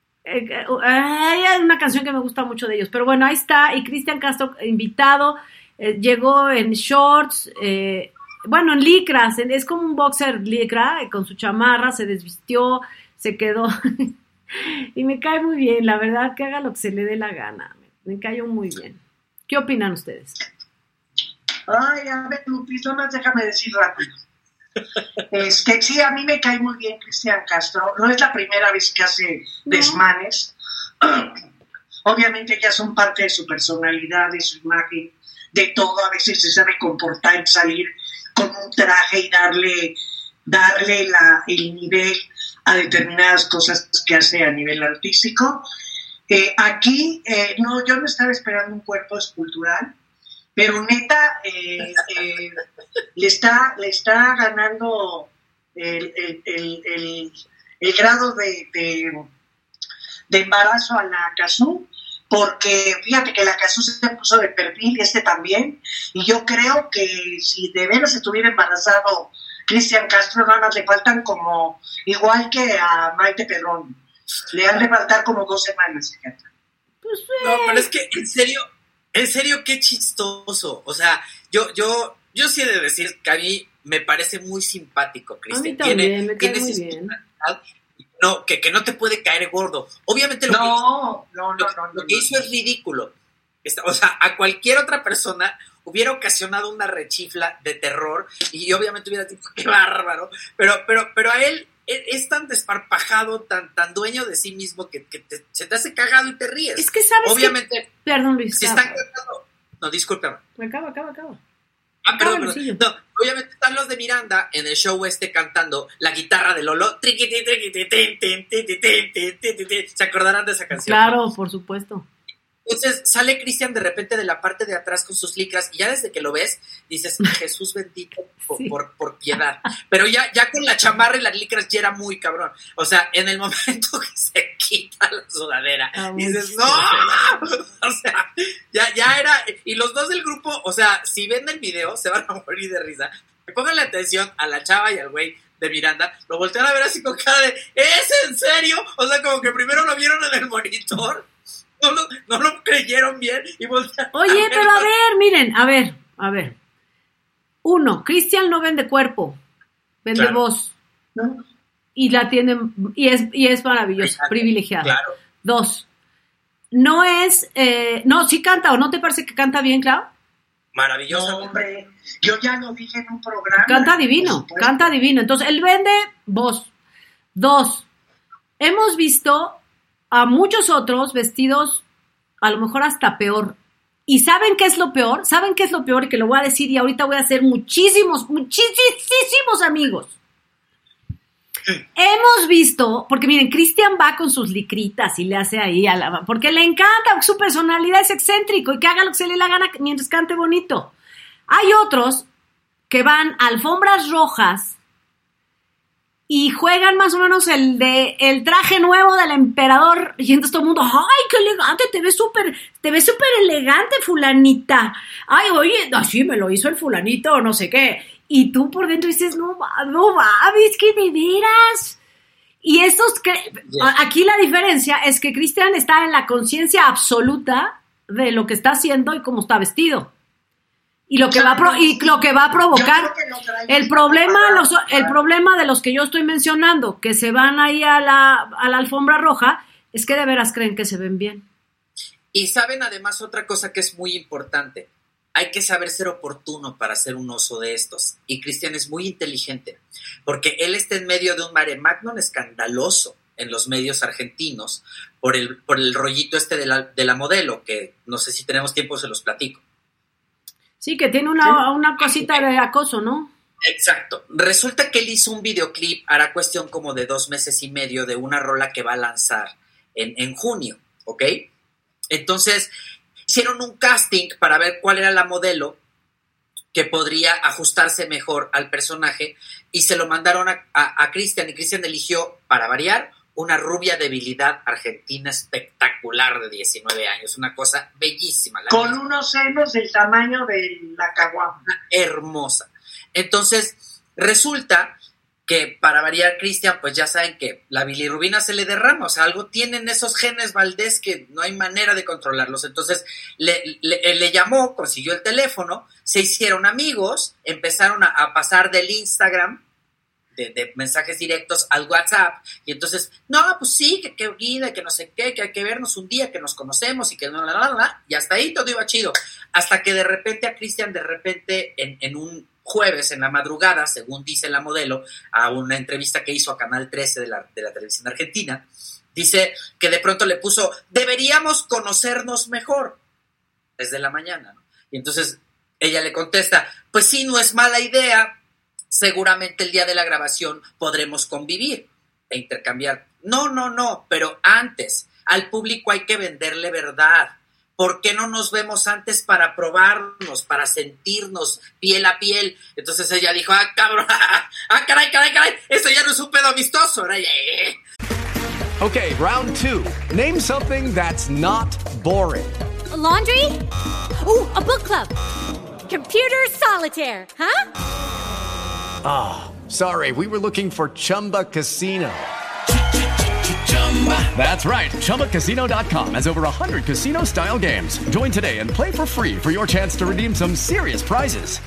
Hay una canción que me gusta mucho de ellos, pero bueno, ahí está, y Cristian Castro invitado, eh, llegó en shorts, eh, bueno, en licras, es como un boxer licra, con su chamarra, se desvistió, se quedó, y me cae muy bien, la verdad, que haga lo que se le dé la gana, me, me cayó muy bien. ¿Qué opinan ustedes? Ay, a ver, Lupis, nomás déjame decir rápido. Este, sí, a mí me cae muy bien Cristian Castro. No es la primera vez que hace no. desmanes. Obviamente ya son parte de su personalidad, de su imagen, de todo. A veces se sabe comportar y salir con un traje y darle, darle la, el nivel a determinadas cosas que hace a nivel artístico. Eh, aquí, eh, no, yo no estaba esperando un cuerpo escultural, pero neta, eh, eh, le, está, le está ganando el, el, el, el, el grado de, de, de embarazo a la Cazzu, porque fíjate que la Cazzu se puso de perfil y este también, y yo creo que si de veras estuviera embarazado Cristian Castro, nada más le faltan como, igual que a Maite Perroni, le han de faltar como dos semanas, fíjate. Pues, No, pero es que, en serio, en serio, qué chistoso. O sea, yo, yo, yo sí he de decir que a mí me parece muy simpático, Cristian. A mí también, tiene, me cae tiene muy esa bien. espontaneidad, no, que, que no te puede caer gordo. Obviamente lo No, que hizo, no, no, lo, no, no, lo que no. hizo es ridículo. Está- O sea, a cualquier otra persona hubiera ocasionado una rechifla de terror y obviamente hubiera dicho, qué bárbaro. Pero, pero, pero a él es, es tan desparpajado, tan, tan dueño de sí mismo que, que te- se te hace cagado y te ríes. Es que sabes Obviamente, que... Perdón, Luis. si acaba. están cantando... No, discúlpame. Acaba, acaba, acaba. Ah, Acaba, perdón, Luisillo. perdón. No, obviamente están los de Miranda en el show este cantando la guitarra de Lolo. Triquiti, triquiti, tin, tin, tin, tin, tin, tin, tin, tin, tin. Se acordarán de esa canción. Claro, por supuesto. Entonces sale Cristian de repente de la parte de atrás con sus licras y ya desde que lo ves dices, Jesús bendito, por, Sí. por, por piedad. Pero ya, ya con la chamarra y las licras ya era muy cabrón. O sea, en el momento que se quita la sudadera, Ah, muy dices, chistoso. ¡no! O sea, ya, ya era... Y los dos del grupo, o sea, si ven el video, se van a morir de risa. Pónganle atención a la chava y al güey de Miranda, lo voltean a ver así con cara de, ¿es en serio? O sea, como que primero lo vieron en el monitor, no lo, no lo creyeron bien y voltean Oye, a pero a ver, miren, a ver, a ver. Uno, Cristian no vende cuerpo, vende Claro. voz. ¿No? Y la tienen, y es, y es maravilloso, Exacto. privilegiado. Claro. Dos, no es, eh, no, sí canta, ¿o no te parece que canta bien, Clau? No, Maravilloso. hombre, yo ya lo dije en un programa. Canta por divino, supuesto. canta divino. Entonces, él vende voz. Dos, hemos visto a muchos otros vestidos a lo mejor hasta peor. ¿Y saben qué es lo peor? ¿Saben qué es lo peor? Y que lo voy a decir y ahorita voy a hacer muchísimos, muchísimos amigos. Hemos visto, porque miren, Cristian va con sus licritas y le hace ahí, a la, porque le encanta, su personalidad es excéntrico y que haga lo que se le dé la gana mientras cante bonito. Hay otros que van a alfombras rojas y juegan más o menos el de el traje nuevo del emperador y entonces todo el mundo, ay, qué elegante, te ves súper, te ves súper elegante, fulanita. Ay, oye, así me lo hizo el fulanito o no sé qué. Y tú por dentro dices, no va, no va, es que de veras. Y estos que, aquí la diferencia es que Cristian está en la conciencia absoluta de lo que está haciendo y cómo está vestido. Y lo que va a pro- y lo que va a provocar Yo creo que lo traemos el problema preparado, los, el ¿verdad? problema de los que yo estoy mencionando que se van ahí a la, a la alfombra roja es que de veras creen que se ven bien. Y saben además otra cosa que es muy importante. Hay que saber ser oportuno para hacer un oso de estos. Y Cristian es muy inteligente, porque él está en medio de un mare magnum escandaloso en los medios argentinos por el, por el rollito este de la, de la modelo, que no sé si tenemos tiempo, se los platico. Sí, que tiene una, una cosita de acoso, ¿no? Exacto. Resulta que él hizo un videoclip, hará cuestión como de dos meses y medio, de una rola que va a lanzar en, en junio, ¿ok? Entonces, hicieron un casting para ver cuál era la modelo que podría ajustarse mejor al personaje y se lo mandaron a, a, a Cristian, y Cristian eligió, para variar, una rubia debilidad argentina espectacular de diecinueve años, una cosa bellísima. La Con niña. unos senos del tamaño de la caguama. Hermosa. Entonces, resulta que para variar, Cristian, pues ya saben que la bilirrubina se le derrama, o sea, algo tienen esos genes Valdés que no hay manera de controlarlos. Entonces, le, le, le llamó, consiguió el teléfono, se hicieron amigos, empezaron a, a pasar del Instagram, de, de mensajes directos al WhatsApp, y entonces, no, pues sí, que qué vida, que no sé qué, que hay que vernos un día, que nos conocemos y que no, la, la, la, y hasta ahí todo iba chido, hasta que de repente a Cristian, de repente, en, en un jueves en la madrugada, según dice la modelo, a una entrevista que hizo a Canal trece de la, de la televisión argentina, dice que de pronto le puso, deberíamos conocernos mejor, desde la mañana, ¿no? Y entonces ella le contesta, pues sí, no es mala idea, seguramente el día de la grabación podremos convivir e intercambiar. No, no, no, pero antes, al público hay que venderle verdad. ¿Por qué no nos vemos antes para probarnos, para sentirnos piel a piel? Entonces ella dijo, ah, cabrón, ah, caray, caray, caray, esto ya no es un pedo amistoso. Okay, round two. Name something that's not boring. A laundry? Ooh, a book club. Computer solitaire, huh? Ah, oh, sorry, we were looking for Chumba Casino. That's right. Chumba Casino dot com has over one hundred casino-style games. Join today and play for free for your chance to redeem some serious prizes.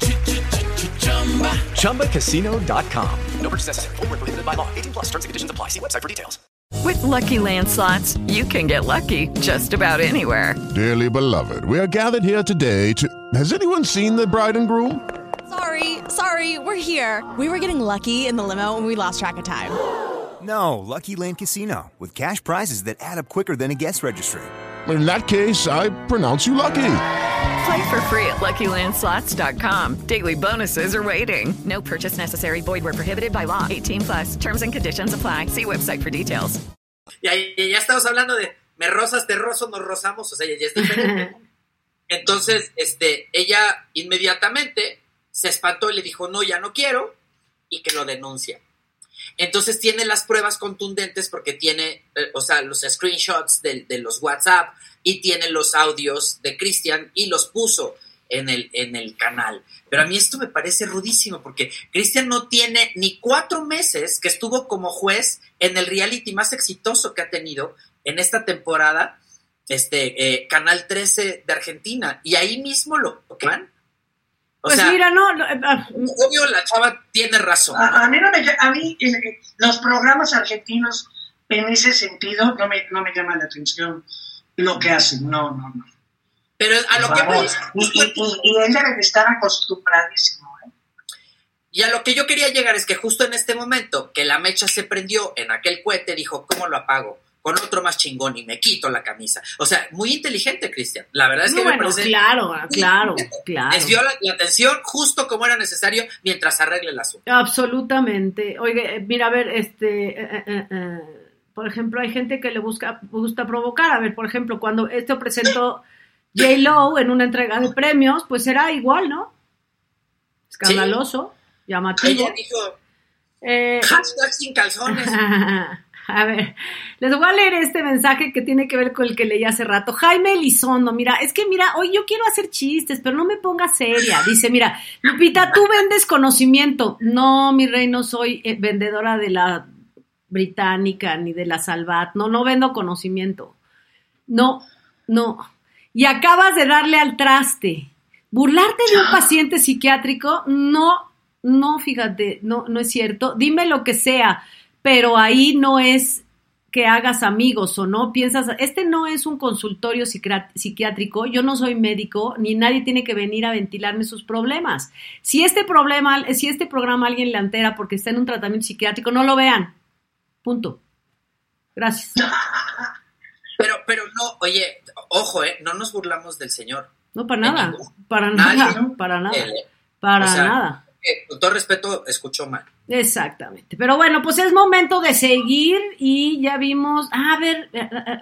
Chumba Casino dot com. No purchase necessary. Void where prohibited by law. eighteen plus terms and conditions apply. See website for details. With Lucky Land Slots, you can get lucky just about anywhere. Dearly beloved, we are gathered here today to... Has anyone seen the bride and groom? Sorry, sorry, we're here. We were getting lucky in the limo and we lost track of time. No, Lucky Land Casino, with cash prizes that add up quicker than a guest registry. In that case, I pronounce you lucky. Play for free at Lucky Land Slots dot com. Daily bonuses are waiting. No purchase necessary. Void where prohibited by law. eighteen plus. Terms and conditions apply. See website for details. Y ahí ya estamos hablando de me rozas, te rozo, nos rozamos. O sea, ya es diferente. Entonces, este, ella inmediatamente se espantó y le dijo, no, ya no quiero, y que lo denuncia. Entonces tiene las pruebas contundentes porque tiene, eh, o sea, los screenshots de, de los WhatsApp y tiene los audios de Cristian y los puso en el, en el canal. Pero a mí esto me parece rudísimo porque Cristian no tiene ni cuatro meses que estuvo como juez en el reality más exitoso que ha tenido en esta temporada, este eh, Canal trece de Argentina, y ahí mismo lo tocan. O pues sea, mira, no, no eh, obvio la chava tiene razón. A, a mí no me, a mí eh, los programas argentinos en ese sentido no me, no me llaman la atención lo que hacen, no, no, no. Pero a lo que voy, y, y, y, y él debe de estar acostumbradísimo, ¿eh? Y a lo que yo quería llegar es que justo en este momento que la mecha se prendió en aquel cohete, dijo, ¿cómo lo apago? Con otro más chingón y me quito la camisa. O sea, muy inteligente, Cristian. La verdad es que no, me bueno, parece... claro, claro, claro. Desvió la, la atención justo como era necesario mientras arregle el asunto. Absolutamente. Oye, mira, a ver, este... Eh, eh, eh, por ejemplo, hay gente que le busca, gusta provocar. A ver, por ejemplo, cuando esto presentó J-Lo en una entrega de premios, pues era igual, ¿no? Escandaloso, sí. Llamativo. Ella dijo, eh, hashtag sin calzones. A ver, les voy a leer este mensaje que tiene que ver con el que leí hace rato. Jaime Elizondo, mira, es que mira, hoy yo quiero hacer chistes, pero no me pongas seria. Dice, mira, Lupita, tú vendes conocimiento. No, mi rey, no soy vendedora de la Británica ni de la Salvat. No, no vendo conocimiento. No, no. Y acabas de darle al traste. Burlarte de un paciente psiquiátrico, no, no, fíjate, no, no es cierto. Dime lo que sea. Pero ahí no es que hagas amigos o no piensas, este no es un consultorio psiquiátrico, yo no soy médico, ni nadie tiene que venir a ventilarme sus problemas. Si este problema, si este programa alguien le altera porque está en un tratamiento psiquiátrico, no lo vean. Punto. Gracias. Pero, pero no, oye, ojo, eh, no nos burlamos del señor. No, para nada, ningún, para nadie, nada, ¿no? para nada, Él, para o sea, nada. Eh, con todo respeto, escuchó mal. Exactamente. Pero bueno, pues es momento de seguir y ya vimos. Ah, a ver.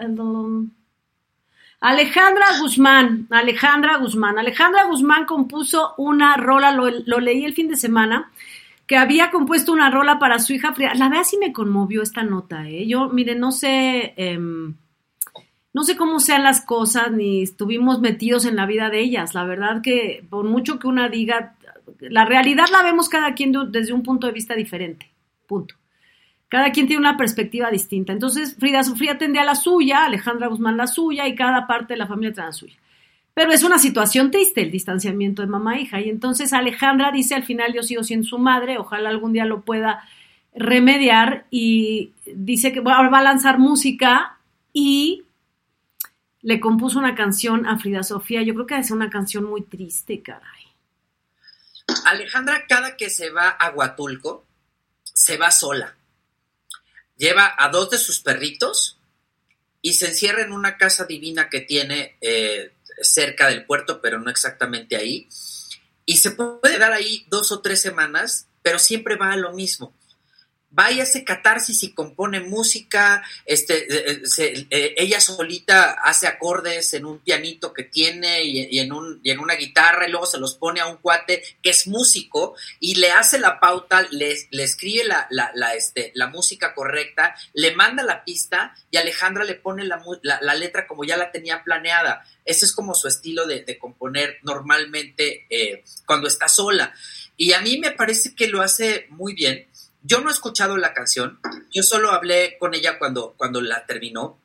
Alejandra Guzmán. Alejandra Guzmán. Alejandra Guzmán compuso una rola, lo, lo leí el fin de semana, que había compuesto una rola para su hija Frida. La verdad sí me conmovió esta nota, ¿eh? Yo, miren, no sé. Eh, no sé cómo sean las cosas, ni estuvimos metidos en la vida de ellas. La verdad que, por mucho que una diga. La realidad la vemos cada quien desde un punto de vista diferente, punto. Cada quien tiene una perspectiva distinta. Entonces, Frida Sofía tendría la suya, Alejandra Guzmán la suya, y cada parte de la familia tendrá la suya. Pero es una situación triste el distanciamiento de mamá e hija. Y entonces Alejandra dice, al final yo sigo siendo su madre, ojalá algún día lo pueda remediar, y dice que ahora va a lanzar música y le compuso una canción a Frida Sofía. Yo creo que es una canción muy triste, caray. Alejandra, cada que se va a Huatulco, se va sola. Lleva a dos de sus perritos y se encierra en una casa divina que tiene eh, cerca del puerto, pero no exactamente ahí. Y se puede dar ahí dos o tres semanas, pero siempre va a lo mismo. va y hace catarsis y compone música, este, eh, se, eh, ella solita hace acordes en un pianito que tiene y, y, en un, y en una guitarra, y luego se los pone a un cuate que es músico y le hace la pauta, le, le escribe la, la, la, este, la música correcta, le manda la pista y Alejandra le pone la, la, la letra como ya la tenía planeada. Ese es como su estilo de, de componer normalmente eh, cuando está sola. Y a mí me parece que lo hace muy bien. Yo no he escuchado la canción, yo solo hablé con ella cuando, cuando la terminó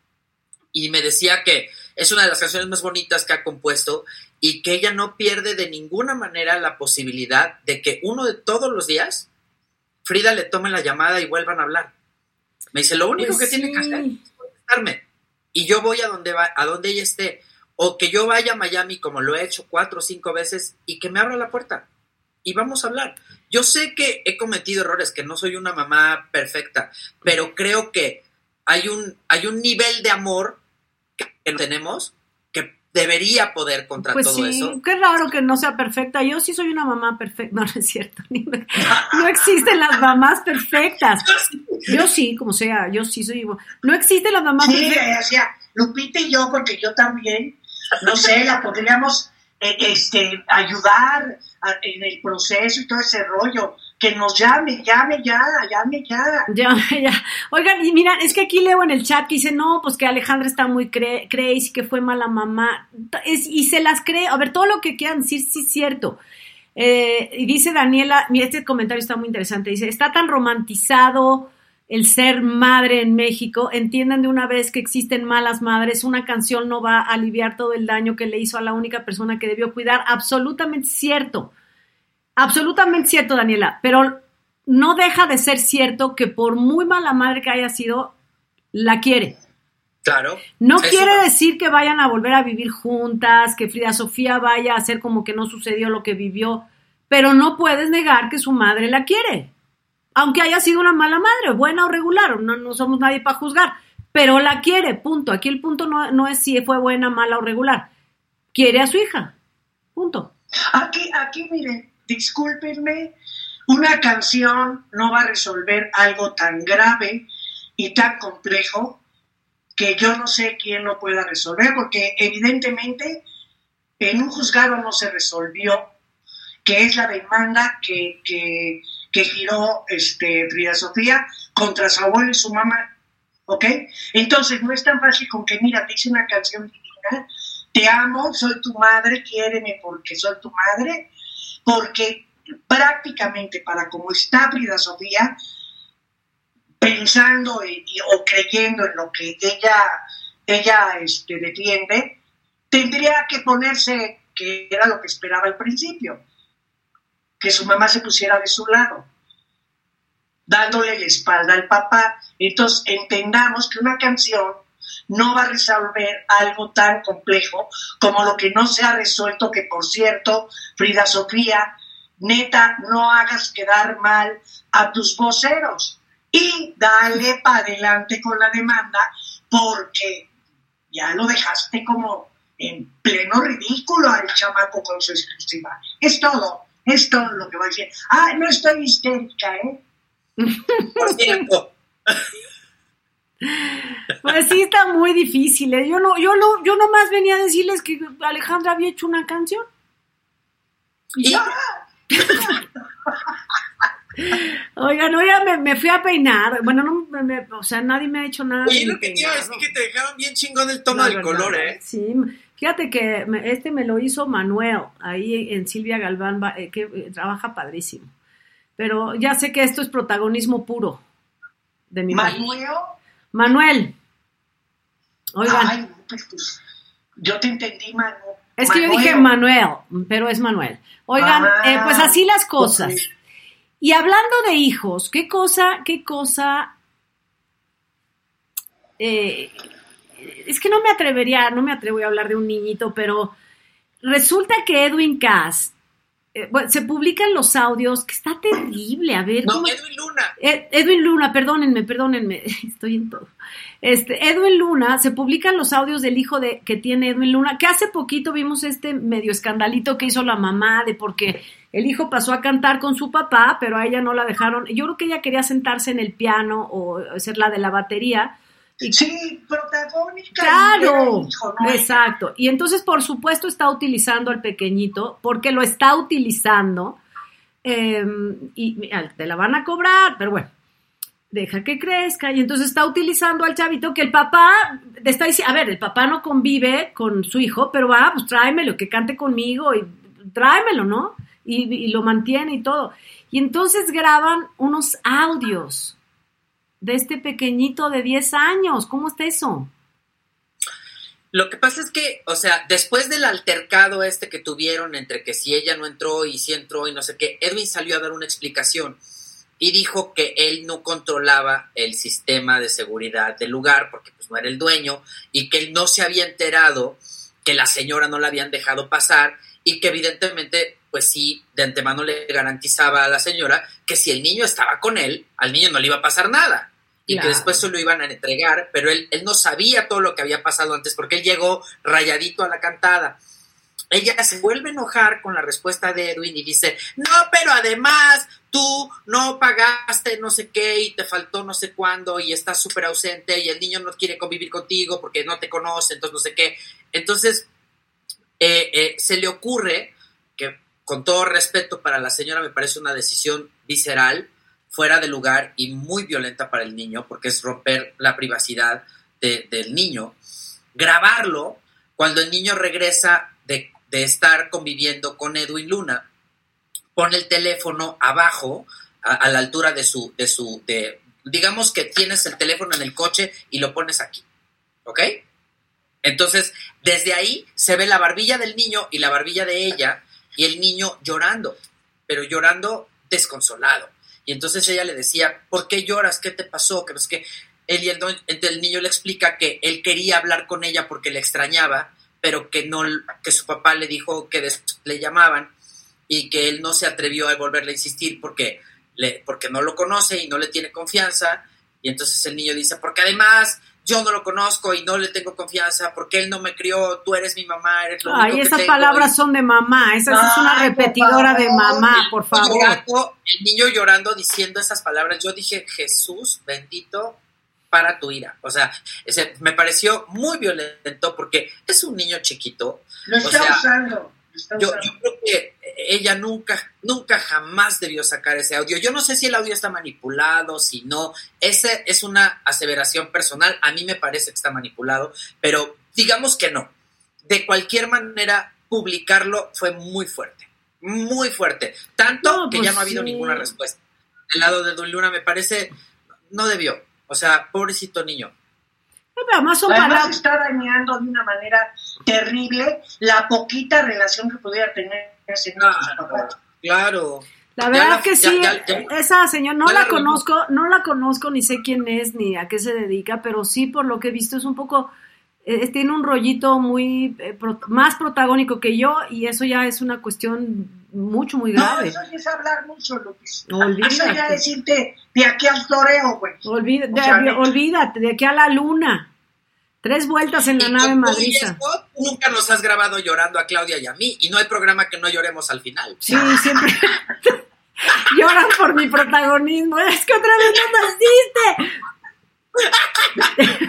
y me decía que es una de las canciones más bonitas que ha compuesto y que ella no pierde de ninguna manera la posibilidad de que uno de todos los días Frida le tome la llamada y vuelvan a hablar. Me dice, lo único pues que sí. tiene que hacer es contestarme y yo voy a donde, va, a donde ella esté, o que yo vaya a Miami como lo he hecho cuatro o cinco veces y que me abra la puerta y vamos a hablar. Yo sé que he cometido errores, que no soy una mamá perfecta, pero creo que hay un, hay un nivel de amor que tenemos que debería poder contra pues todo sí, eso. Qué raro que no sea perfecta. Yo sí soy una mamá perfecta. No, no es cierto. No existen las mamás perfectas. Yo sí, como sea, yo sí soy igual. No existen las mamás sí, perfectas. O sea, Lupita y yo, porque yo también, no sé, la podríamos eh, este, ayudar a, en el proceso y todo ese rollo. Que nos llame, llame ya, llame ya. Llame ya. Oigan, y mira, es que aquí leo en el chat que dice, no, pues que Alejandra está muy cre- crazy, que fue mala mamá. Es, y se las cree. A ver, todo lo que quieran decir, sí es cierto. Eh, y dice Daniela, mira, este comentario está muy interesante. Dice, está tan romantizado el ser madre en México. Entiendan de una vez que existen malas madres. Una canción no va a aliviar todo el daño que le hizo a la única persona que debió cuidar. Absolutamente cierto. Absolutamente cierto, Daniela, pero no deja de ser cierto que por muy mala madre que haya sido, la quiere. Claro. No eso quiere no. decir que vayan a volver a vivir juntas, que Frida Sofía vaya a hacer como que no sucedió lo que vivió, pero no puedes negar que su madre la quiere. Aunque haya sido una mala madre, buena o regular, no, no somos nadie para juzgar, pero la quiere, punto. Aquí el punto no, no es si fue buena, mala o regular. Quiere a su hija, punto. Aquí, aquí, miren. Discúlpenme, una canción no va a resolver algo tan grave y tan complejo que yo no sé quién lo pueda resolver, porque evidentemente en un juzgado no se resolvió, que es la demanda que, que, que giró este, Frida Sofía contra su abuelo y su mamá, ¿ok? Entonces no es tan fácil con que, mira, te hice una canción divina, te amo, soy tu madre, quiéreme porque soy tu madre, porque prácticamente para como está Frida Sofía, pensando y, y, o creyendo en lo que ella, ella este, defiende, tendría que ponerse, que era lo que esperaba al principio, que su mamá se pusiera de su lado, dándole la espalda al papá. Entonces entendamos que una canción no va a resolver algo tan complejo como lo que no se ha resuelto, que por cierto, Frida Sofía, neta, no hagas quedar mal a tus voceros y dale para adelante con la demanda, porque ya lo dejaste como en pleno ridículo al chamaco con su exclusiva. Es todo, es todo lo que voy a decir. Ah, no estoy histérica, ¿eh? Por cierto. Pues sí, está muy difícil, ¿eh? Yo no, yo no, yo nomás venía a decirles que Alejandra había hecho una canción. Y ya. Oigan, oigan, me, me fui a peinar. Bueno, no, me, me, o sea, nadie me ha hecho nada. Oye, lo que te iba a decir que te dejaron bien chingón el tono no, del verdad, color, ¿eh? Sí, fíjate que me, este me lo hizo Manuel, ahí en Silvia Galván, eh, que eh, trabaja padrísimo. Pero ya sé que esto es protagonismo puro de mi Manuel. Manuel. Oigan. Ay, pues, pues, yo te entendí, Manu. Es que Manuel. Yo dije Manuel, pero es Manuel. Oigan, ah, eh, pues así las cosas. Pues, y hablando de hijos, qué cosa, qué cosa. Eh, es que no me atrevería, no me atrevo a hablar de un niñito, pero resulta que Edwin Cass. Eh, bueno, se publican los audios, que está terrible, a ver. No, ¿cómo? Edwin Luna. Ed, Edwin Luna, perdónenme, perdónenme, estoy en todo. Este, Edwin Luna, se publican los audios del hijo de que tiene Edwin Luna, que hace poquito vimos este medio escandalito que hizo la mamá de porque el hijo pasó a cantar con su papá, pero a ella no la dejaron. Yo creo que ella quería sentarse en el piano o ser la de la batería. Y, sí, protagónica. Claro, hijo, ¿no? Exacto. Y entonces, por supuesto, está utilizando al pequeñito, porque lo está utilizando, eh, y mira, te la van a cobrar, pero bueno, deja que crezca. Y entonces está utilizando al chavito que el papá le está diciendo, a ver, el papá no convive con su hijo, pero va, pues tráemelo, que cante conmigo, y tráemelo, ¿no? Y, y lo mantiene y todo. Y entonces graban unos audios de este pequeñito de diez años. ¿Cómo está eso? Lo que pasa es que, o sea, después del altercado este que tuvieron entre que si ella no entró y si entró y no sé qué, Edwin salió a dar una explicación y dijo que él no controlaba el sistema de seguridad del lugar porque pues no era el dueño y que él no se había enterado que la señora no la habían dejado pasar y que evidentemente, pues sí, de antemano le garantizaba a la señora que si el niño estaba con él, al niño no le iba a pasar nada. Y claro, que después se lo iban a entregar, pero él, él no sabía todo lo que había pasado antes porque él llegó rayadito a la cantada. Ella se vuelve a enojar con la respuesta de Edwin y dice, no, pero además tú no pagaste no sé qué y te faltó no sé cuándo y estás súper ausente y el niño no quiere convivir contigo porque no te conoce, entonces no sé qué. Entonces eh, eh, se le ocurre, que con todo respeto para la señora me parece una decisión visceral, fuera de lugar y muy violenta para el niño, porque es romper la privacidad de, del niño, grabarlo cuando el niño regresa de, de estar conviviendo con Edwin Luna, pone el teléfono abajo, a, a la altura de su, de su, de, digamos que tienes el teléfono en el coche y lo pones aquí, ¿ok? Entonces, desde ahí se ve la barbilla del niño y la barbilla de ella, y el niño llorando, pero llorando desconsolado. Y entonces ella le decía, ¿por qué lloras? ¿Qué te pasó? Que no sé qué. Él y el, el niño le explica que él quería hablar con ella porque le extrañaba, pero que no, que su papá le dijo que le llamaban y que él no se atrevió a volverle a insistir porque, le, porque no lo conoce y no le tiene confianza. Y entonces el niño dice, porque además yo no lo conozco y no le tengo confianza, porque él no me crió, tú eres mi mamá, eres lo Ay, único esas que tengo. palabras y... son de mamá, esa Ay, es una repetidora de mamá, por favor. Llorando, el niño llorando diciendo esas palabras, yo dije, Jesús bendito para tu ira. O sea, ese, me pareció muy violento porque es un niño chiquito. Lo está o sea, usando. Yo, yo creo que ella nunca, nunca jamás debió sacar ese audio. Yo no sé si el audio está manipulado, si no. Esa es una aseveración personal. A mí me parece que está manipulado, pero digamos que no. De cualquier manera, publicarlo fue muy fuerte, muy fuerte. Tanto no, que pues ya no ha habido sí. ninguna respuesta. Del lado de Don Luna me parece, no debió. O sea, pobrecito niño. Además, son Además palabras... está dañando de una manera terrible la poquita relación que pudiera tener ese niño. No, claro. La verdad la, que ya, sí, ya, ya, esa señora no ya la, la conozco, no la conozco, ni sé quién es, ni a qué se dedica, pero sí, por lo que he visto, es un poco, eh, tiene un rollito muy, eh, pro, más protagónico que yo, y eso ya es una cuestión mucho, muy grave. No, eso es hablar mucho, Lupis. Olvídate. Eso ya decirte de aquí al toreo, güey. Olvídate, o sea, de, olvídate, de aquí a la luna. Tres vueltas en la nave madriza. Tú nunca nos has grabado llorando a Claudia y a mí, y no hay programa que no lloremos al final. Sí, siempre lloran por mi protagonismo. Es que otra vez no naciste.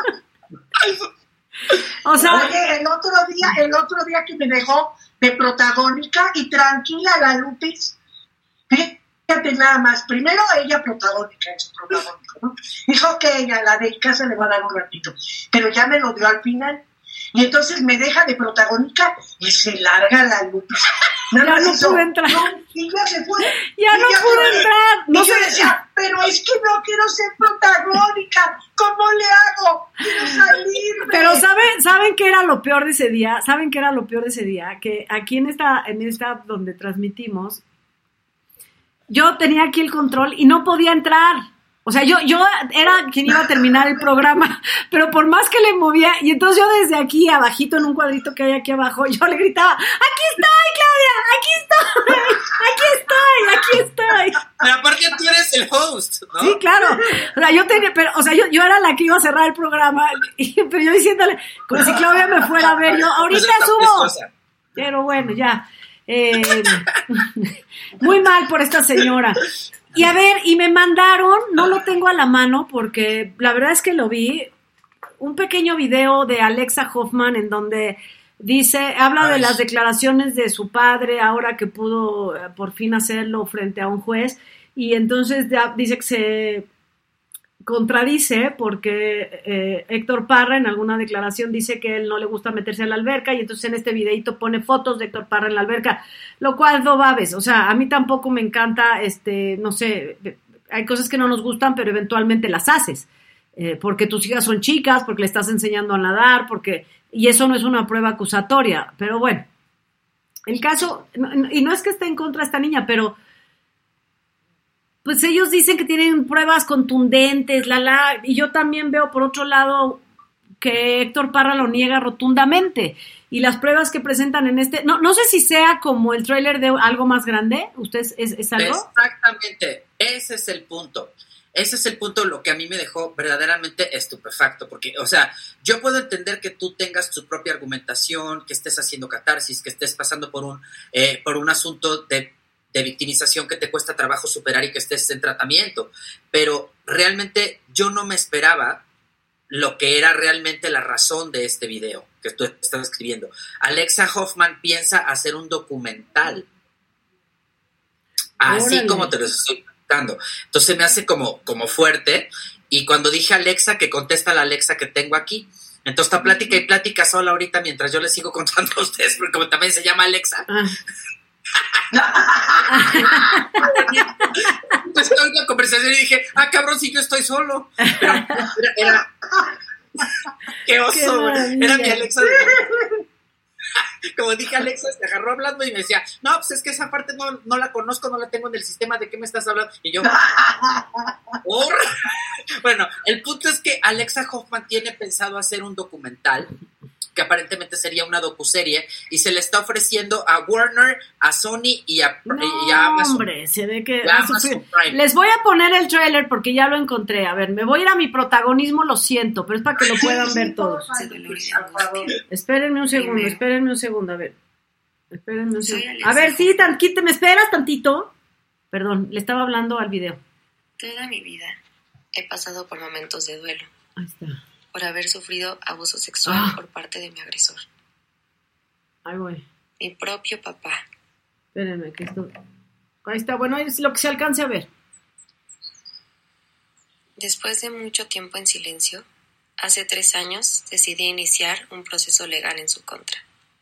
O sea, oye, el otro día, el otro día que me dejó de protagónica y tranquila la Lupis, fíjate nada más, primero ella protagónica en su protagónico, ¿no? Dijo que ella, la de casa le va a dar un ratito, pero ya me lo dio al final, y entonces me deja de protagónica y se larga la Lupis. Nada ya no pude entrar. No, y ya se fue. Ya no pude entrar. No y yo decía, pero es que no quiero ser protagónica. ¿Cómo le hago? Quiero salirme. Pero ¿saben, ¿saben qué era lo peor de ese día? ¿Saben qué era lo peor de ese día? Que aquí en esta, en esta donde transmitimos, yo tenía aquí el control y no podía entrar. O sea, yo, yo era quien iba a terminar el programa, pero por más que le movía, y entonces yo desde aquí, abajito, en un cuadrito que hay aquí abajo, yo le gritaba, ¡aquí estoy, Claudia! ¡Aquí estoy! ¡Aquí estoy! ¡Aquí estoy! Pero aparte tú eres el host, ¿no? Sí, claro. O sea, yo tenía, pero, o sea, yo, yo era la que iba a cerrar el programa, y, pero yo diciéndole, como si Claudia me fuera a ver, yo, ahorita subo. Pero bueno, ya. Eh, muy mal por esta señora. Y a ver, y me mandaron, no lo tengo a la mano porque la verdad es que lo vi, un pequeño video de Alexa Hoffman en donde dice, habla Ay. de las declaraciones de su padre ahora que pudo eh, por fin hacerlo frente a un juez, y entonces ya dice que se contradice porque eh, Héctor Parra en alguna declaración dice que él no le gusta meterse a la alberca, y entonces en este videito pone fotos de Héctor Parra en la alberca, lo cual no babes, o sea, a mí tampoco me encanta, este, no sé, hay cosas que no nos gustan, pero eventualmente las haces, eh, porque tus hijas son chicas, porque le estás enseñando a nadar, porque, y eso no es una prueba acusatoria, pero bueno, el caso, y no es que esté en contra de esta niña, pero pues ellos dicen que tienen pruebas contundentes, la, la, y yo también veo por otro lado que Héctor Parra lo niega rotundamente, y las pruebas que presentan en este, no, no sé si sea como el tráiler de algo más grande, ¿usted es, es algo? Exactamente, ese es el punto, ese es el punto, lo que a mí me dejó verdaderamente estupefacto, porque, o sea, yo puedo entender que tú tengas tu propia argumentación, que estés haciendo catarsis, que estés pasando por un, eh, por un asunto de de victimización que te cuesta trabajo superar y que estés en tratamiento, pero realmente yo no me esperaba lo que era realmente la razón de este video que tú estás escribiendo. Alexa Hoffman piensa hacer un documental, así Órale. Como te lo estoy contando. Entonces me hace como, como fuerte, y cuando dije Alexa, que contesta la Alexa que tengo aquí, entonces está plática y plática sola ahorita mientras yo les sigo contando a ustedes, porque como también se llama Alexa. Ah. Pues toda la conversación y dije, ah, cabrón, si yo estoy solo. Pero era, era qué oso, qué era mi Alexa. Como dije, Alexa se agarró hablando y me decía, no, pues es que esa parte no, no la conozco, no la tengo en el sistema, ¿de qué me estás hablando? Y yo, oh. Bueno, el punto es que Alexa Hoffman tiene pensado hacer un documental que aparentemente sería una docuserie, y se le está ofreciendo a Warner, a Sony y a, no, y a Amazon. Hombre, se ve que les voy a poner el tráiler porque ya lo encontré. A ver, me voy a ir a mi protagonismo, lo siento, pero es para que lo puedan ver todos. Espérenme un segundo, espérenme un segundo, a ver. Espérenme un segundo. A ver, sí, tanquito, ¿me esperas tantito? Perdón, le estaba hablando al video. Toda mi vida he pasado por momentos de duelo. Ahí está. Por haber sufrido abuso sexual ah. por parte de mi agresor. Ay, güey. Mi propio papá. Espérenme, que esto... Ahí está, bueno, es lo que se alcance a ver. Después de mucho tiempo en silencio, hace tres años decidí iniciar un proceso legal en su contra.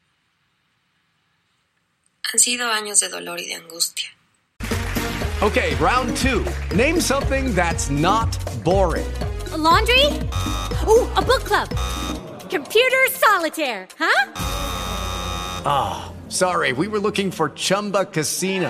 Han sido años de dolor y de angustia. Okay, round two. Name something that's not boring. A laundry? Ooh, a book club. Computer solitaire, huh? Ah, oh, sorry, we were looking for Chumba Casino.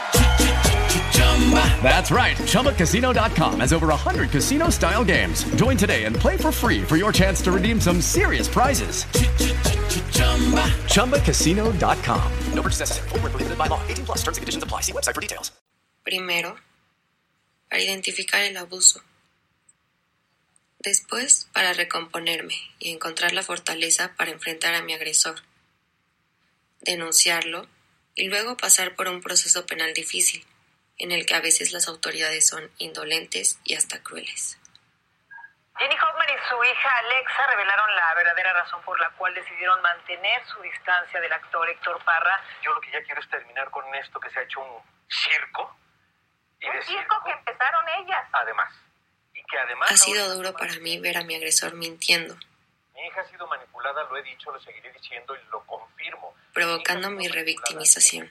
That's right, Chumba Casino dot com has over one hundred casino-style games. Join today and play for free for your chance to redeem some serious prizes. Chumba Casino dot com. No purchase necessary. Void where prohibited by law. eighteen plus terms and conditions apply. See website for details. Primero, para identificar el abuso. Después, para recomponerme y encontrar la fortaleza para enfrentar a mi agresor, denunciarlo y luego pasar por un proceso penal difícil, en el que a veces las autoridades son indolentes y hasta crueles. Jenny Hoffman y su hija Alexa revelaron la verdadera razón por la cual decidieron mantener su distancia del actor Héctor Parra. Yo lo que ya quiero es terminar con esto que se ha hecho un circo. Y un de circo, circo que empezaron ellas. Además. Que además ha sido duro para mí ver a mi agresor mintiendo. Mi hija ha sido manipulada, lo he dicho, lo seguiré diciendo y lo confirmo. Provocando mi, mi revictimización.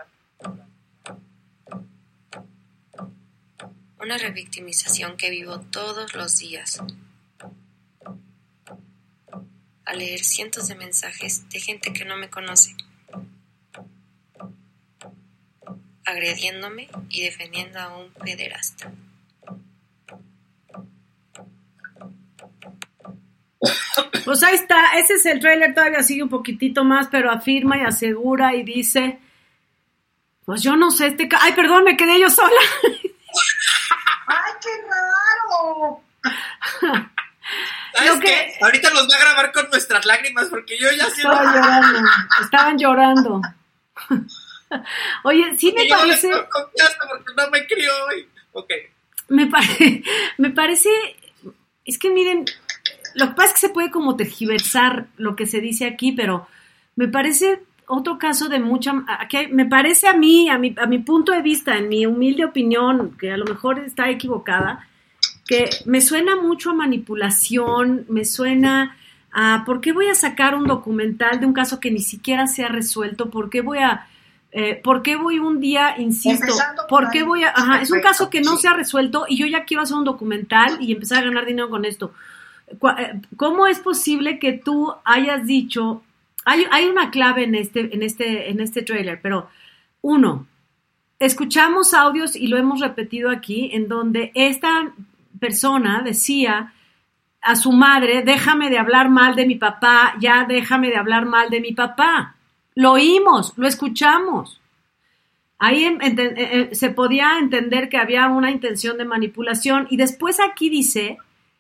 Una revictimización que vivo todos los días. Al leer cientos de mensajes de gente que no me conoce, agrediéndome y defendiendo a un pederasta. Pues ahí está, ese es el tráiler, todavía sigue un poquitito más, pero afirma y asegura y dice, pues yo no sé, este... Ca- Ay, perdón, me quedé yo sola. ¡Ay, qué raro! ¿Sabes qué? Ahorita los va a grabar con nuestras lágrimas porque yo ya... Estaba llorando, estaban llorando. Oye, sí me yo parece... No confianza porque no me crió hoy. Ok. Me, pare... me parece... Es que miren, lo que pasa es que se puede como tergiversar lo que se dice aquí, pero me parece otro caso de mucha... Aquí me parece a mí, a mi, a mi punto de vista, en mi humilde opinión, que a lo mejor está equivocada, que me suena mucho a manipulación, me suena a ¿por qué voy a sacar un documental de un caso que ni siquiera se ha resuelto? ¿Por qué voy a... Eh, ¿Por qué voy un día, insisto, por qué voy a... Ajá, es un caso que no se ha resuelto y yo ya quiero hacer un documental y empezar a ganar dinero con esto? ¿Cómo es posible que tú hayas dicho... Hay, hay una clave en este, en este, en este trailer, pero uno, escuchamos audios y lo hemos repetido aquí, en donde esta persona decía a su madre, déjame de hablar mal de mi papá, ya déjame de hablar mal de mi papá. Lo oímos, lo escuchamos. Ahí en, en, en, se podía entender que había una intención de manipulación y después aquí dice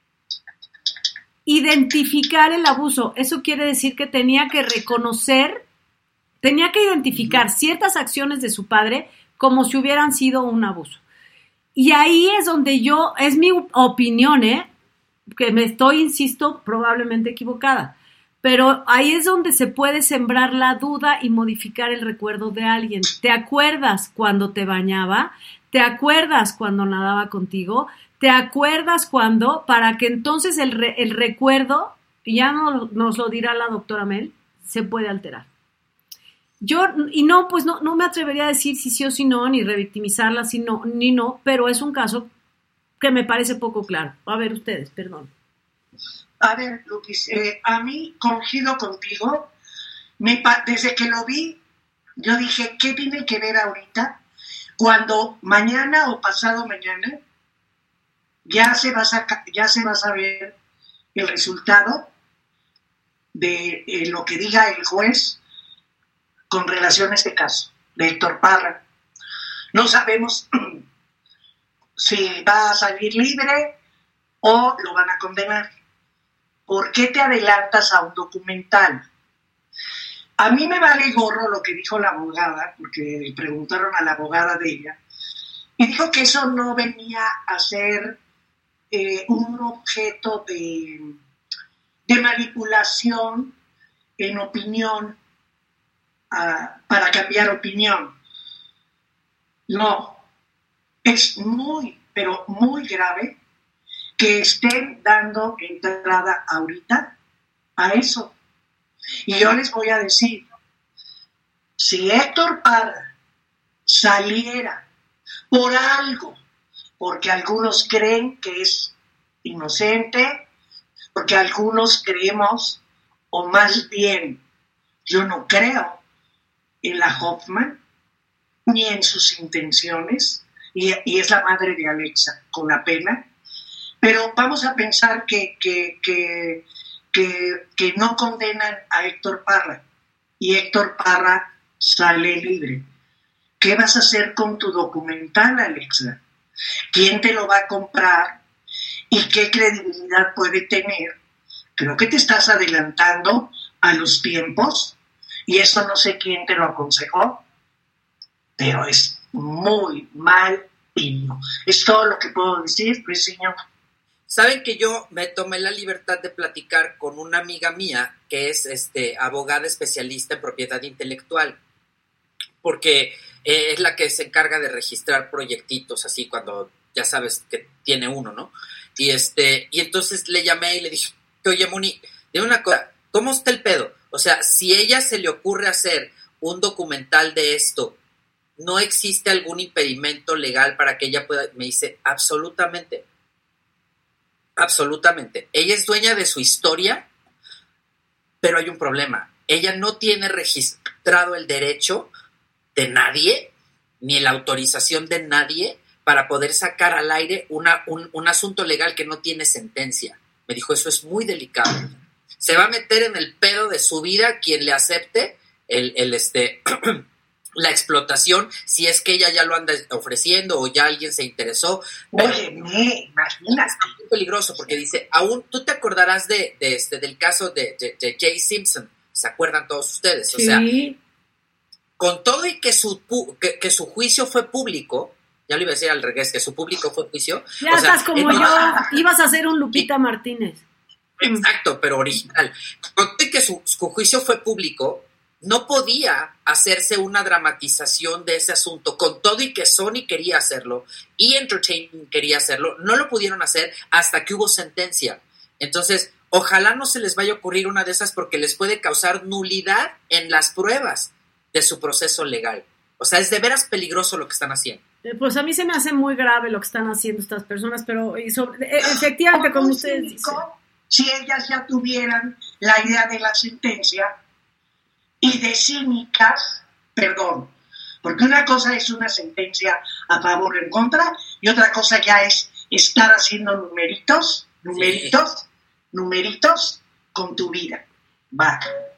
identificar el abuso. Eso quiere decir que tenía que reconocer, tenía que identificar ciertas acciones de su padre como si hubieran sido un abuso. Y ahí es donde yo, es mi opinión, ¿eh? que me estoy, insisto, probablemente equivocada. Pero ahí es donde se puede sembrar la duda y modificar el recuerdo de alguien. ¿Te acuerdas cuando te bañaba? ¿Te acuerdas cuando nadaba contigo? ¿Te acuerdas cuando? Para que entonces el, re, el recuerdo, ya no, nos lo dirá la doctora Mel, se puede alterar. Yo, y no, pues no, no me atrevería a decir si sí o si no, ni revictimizarla si no, ni no, pero es un caso que me parece poco claro. A ver ustedes, perdón. A ver, Lupis, eh, a mí, coincido contigo, me pa- desde que lo vi, yo dije, ¿qué tiene que ver ahorita? Cuando mañana o pasado mañana ya se va a, saca- ya se va a saber el resultado de eh, lo que diga el juez con relación a este caso de Héctor Parra. No sabemos si va a salir libre o lo van a condenar. ¿Por qué te adelantas a un documental? A mí me vale gorro lo que dijo la abogada, porque le preguntaron a la abogada de ella, y dijo que eso no venía a ser eh, un objeto de, de manipulación en opinión, uh, para cambiar opinión. No, es muy, pero muy grave que estén dando entrada ahorita a eso. Y yo les voy a decir, si Héctor Parra saliera por algo, porque algunos creen que es inocente, porque algunos creemos, o más bien, yo no creo en la Hoffman, ni en sus intenciones, y, y es la madre de Alexa, con la pena. Pero vamos a pensar que, que, que, que, que no condenan a Héctor Parra y Héctor Parra sale libre. ¿Qué vas a hacer con tu documental, Alexa? ¿Quién te lo va a comprar? ¿Y qué credibilidad puede tener? Creo que te estás adelantando a los tiempos y eso no sé quién te lo aconsejó, pero es muy mal himno. Es todo lo que puedo decir, pues, señor. Saben que yo me tomé la libertad de platicar con una amiga mía que es este, abogada especialista en propiedad intelectual, porque eh, es la que se encarga de registrar proyectitos así cuando ya sabes que tiene uno, ¿no? Y este y entonces le llamé y le dije, oye, Moni, dime una cosa, ¿cómo está el pedo? O sea, si a ella se le ocurre hacer un documental de esto, ¿no existe algún impedimento legal para que ella pueda? Me dice, absolutamente. Absolutamente. Ella es dueña de su historia, pero hay un problema. Ella no tiene registrado el derecho de nadie, ni la autorización de nadie, para poder sacar al aire una, un, un asunto legal que no tiene sentencia. Me dijo, eso es muy delicado. Se va a meter en el pedo de su vida quien le acepte el, el este... la explotación, si es que ella ya lo anda ofreciendo o ya alguien se interesó. Oye, me imaginas. Es muy peligroso porque dice, aún tú te acordarás de, de este del caso de, de, de Jay Simpson, ¿se acuerdan todos ustedes? O sí. sea, con todo y que su, que, que su juicio fue público, ya lo iba a decir al revés, que su público fue juicio. Ya estás sea, como yo, ibas a hacer un Lupita Martínez. Exacto, pero original. Con todo y que su, su juicio fue público, no podía hacerse una dramatización de ese asunto, con todo y que Sony quería hacerlo y Entertainment quería hacerlo, no lo pudieron hacer hasta que hubo sentencia. Entonces, ojalá no se les vaya a ocurrir una de esas porque les puede causar nulidad en las pruebas de su proceso legal. O sea, es de veras peligroso lo que están haciendo. Pues a mí se me hace muy grave lo que están haciendo estas personas, pero y sobre, efectivamente, como ustedes dicen. Si ellas ya tuvieran la idea de la sentencia y de cínicas, perdón, porque una cosa es una sentencia a favor o en contra y otra cosa ya es estar haciendo numeritos, numeritos, sí. numeritos con tu vida. Va.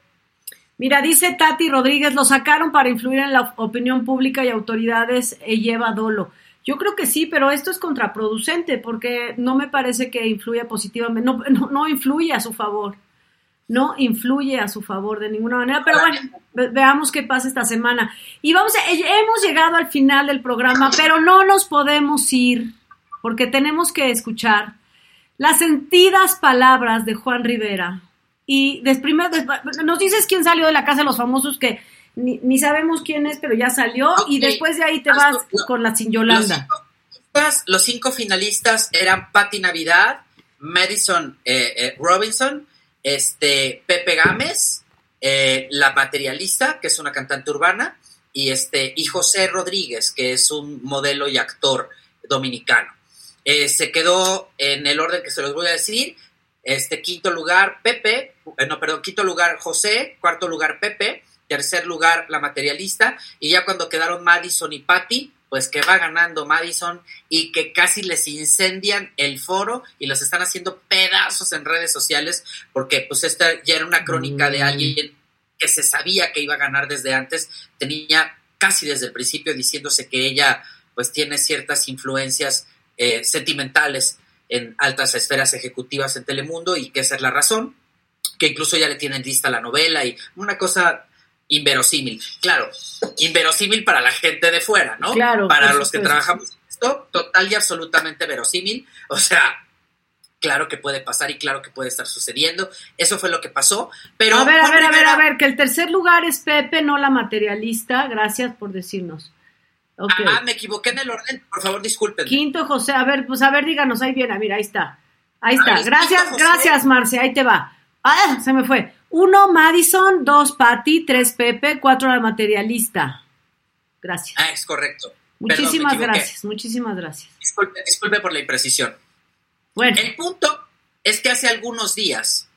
Mira, dice Tati Rodríguez, lo sacaron para influir en la opinión pública y autoridades e lleva dolo. Yo creo que sí, pero esto es contraproducente porque no me parece que influya positivamente, no, no, no influye a su favor, no influye a su favor de ninguna manera, pero bueno, ve, veamos qué pasa esta semana. Y vamos, a, hemos llegado al final del programa, pero no nos podemos ir porque tenemos que escuchar las sentidas palabras de Juan Rivera. Y después, nos dices quién salió de la Casa de los Famosos, que ni, ni sabemos quién es, pero ya salió, okay. Y después de ahí te vas lo, con la Sin Yolanda. Los cinco, los cinco finalistas eran Patti Navidad, Madison eh, eh, Robinson, este, Pepe Gámez, eh, La Materialista, que es una cantante urbana, y, este, y José Rodríguez, que es un modelo y actor dominicano. Eh, se quedó en el orden que se los voy a decir. Este, quinto lugar, Pepe, eh, no, perdón, quinto lugar, José, cuarto lugar, Pepe, tercer lugar, La Materialista, y ya cuando quedaron Madison y Patti, pues que va ganando Madison y que casi les incendian el foro y los están haciendo pedazos en redes sociales, porque pues esta ya era una crónica de alguien que se sabía que iba a ganar desde antes, tenía casi desde el principio diciéndose que ella pues tiene ciertas influencias eh, sentimentales en altas esferas ejecutivas en Telemundo y que esa es la razón, que incluso ya le tienen lista la novela y una cosa inverosímil. Claro, inverosímil para la gente de fuera, ¿no? Claro, para los que trabajamos en esto, total y absolutamente verosímil. O sea, claro que puede pasar y claro que puede estar sucediendo. Eso fue lo que pasó, pero... A ver, a ver, a ver, a ver, que el tercer lugar es Pepe, no La Materialista. Gracias por decirnos. Okay. Ah, me equivoqué en el orden, por favor, disculpen. Quinto, José, a ver, pues a ver, díganos, ahí viene, mira, ahí está. Ahí está, gracias, gracias, Marce, ahí te va. Ah, se me fue. Uno, Madison, dos, Patti, tres, Pepe, cuatro, La Materialista. Gracias. Ah, es correcto. Muchísimas Perdón, gracias, muchísimas gracias. Disculpe, disculpe por la imprecisión. Bueno. El punto es que hace algunos días,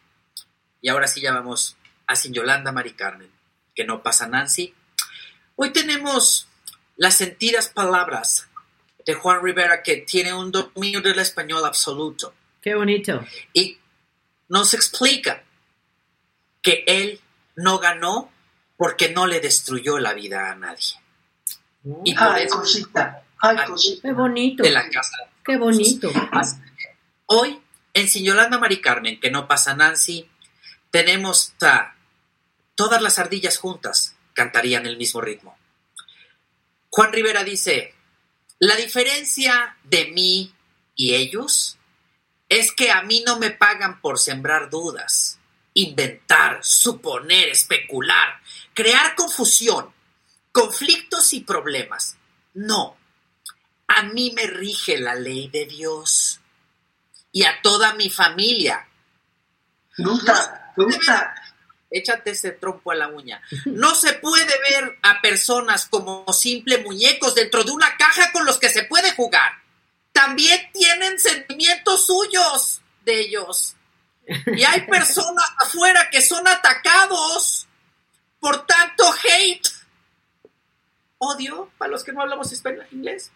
y ahora sí ya vamos a Sin Yolanda, Mari Carmen, que no pasa Nancy, hoy tenemos las sentidas palabras de Juan Rivera, que tiene un dominio del español absoluto. Qué bonito. Y nos explica que él no ganó porque no le destruyó la vida a nadie. Y por ay, eso, cosita. Ay, cosita. Qué bonito. De la casa. Qué bonito. Hoy, en Sin Yolanda, Mari Carmen, que no pasa Nancy, tenemos a todas las ardillas juntas cantarían el mismo ritmo. Juan Rivera dice, la diferencia de mí y ellos es que a mí no me pagan por sembrar dudas, inventar, suponer, especular, crear confusión, conflictos y problemas. No, a mí me rige la ley de Dios y a toda mi familia. Luta, luta. Échate ese trompo a la uña. No se puede ver a personas como simples muñecos dentro de una caja con los que se puede jugar. También tienen sentimientos suyos de ellos. Y hay personas afuera que son atacados por tanto hate. Odio, para los que no hablamos español, inglés.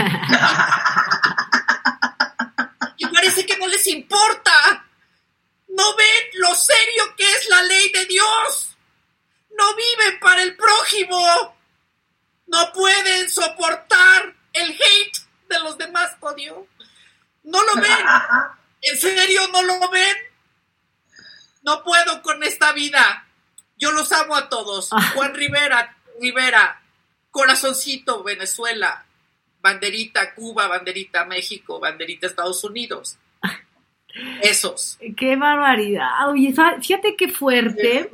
Y parece que no les importa. No ven lo serio que es la ley de Dios. No viven para el prójimo. No pueden soportar el hate de los demás, odio. No lo ven. ¿En serio no lo ven? No puedo con esta vida. Yo los amo a todos. Juan Rivera, Rivera, corazoncito, Venezuela, banderita Cuba, banderita México, banderita Estados Unidos. Esos. Qué barbaridad. Oye, fíjate qué fuerte.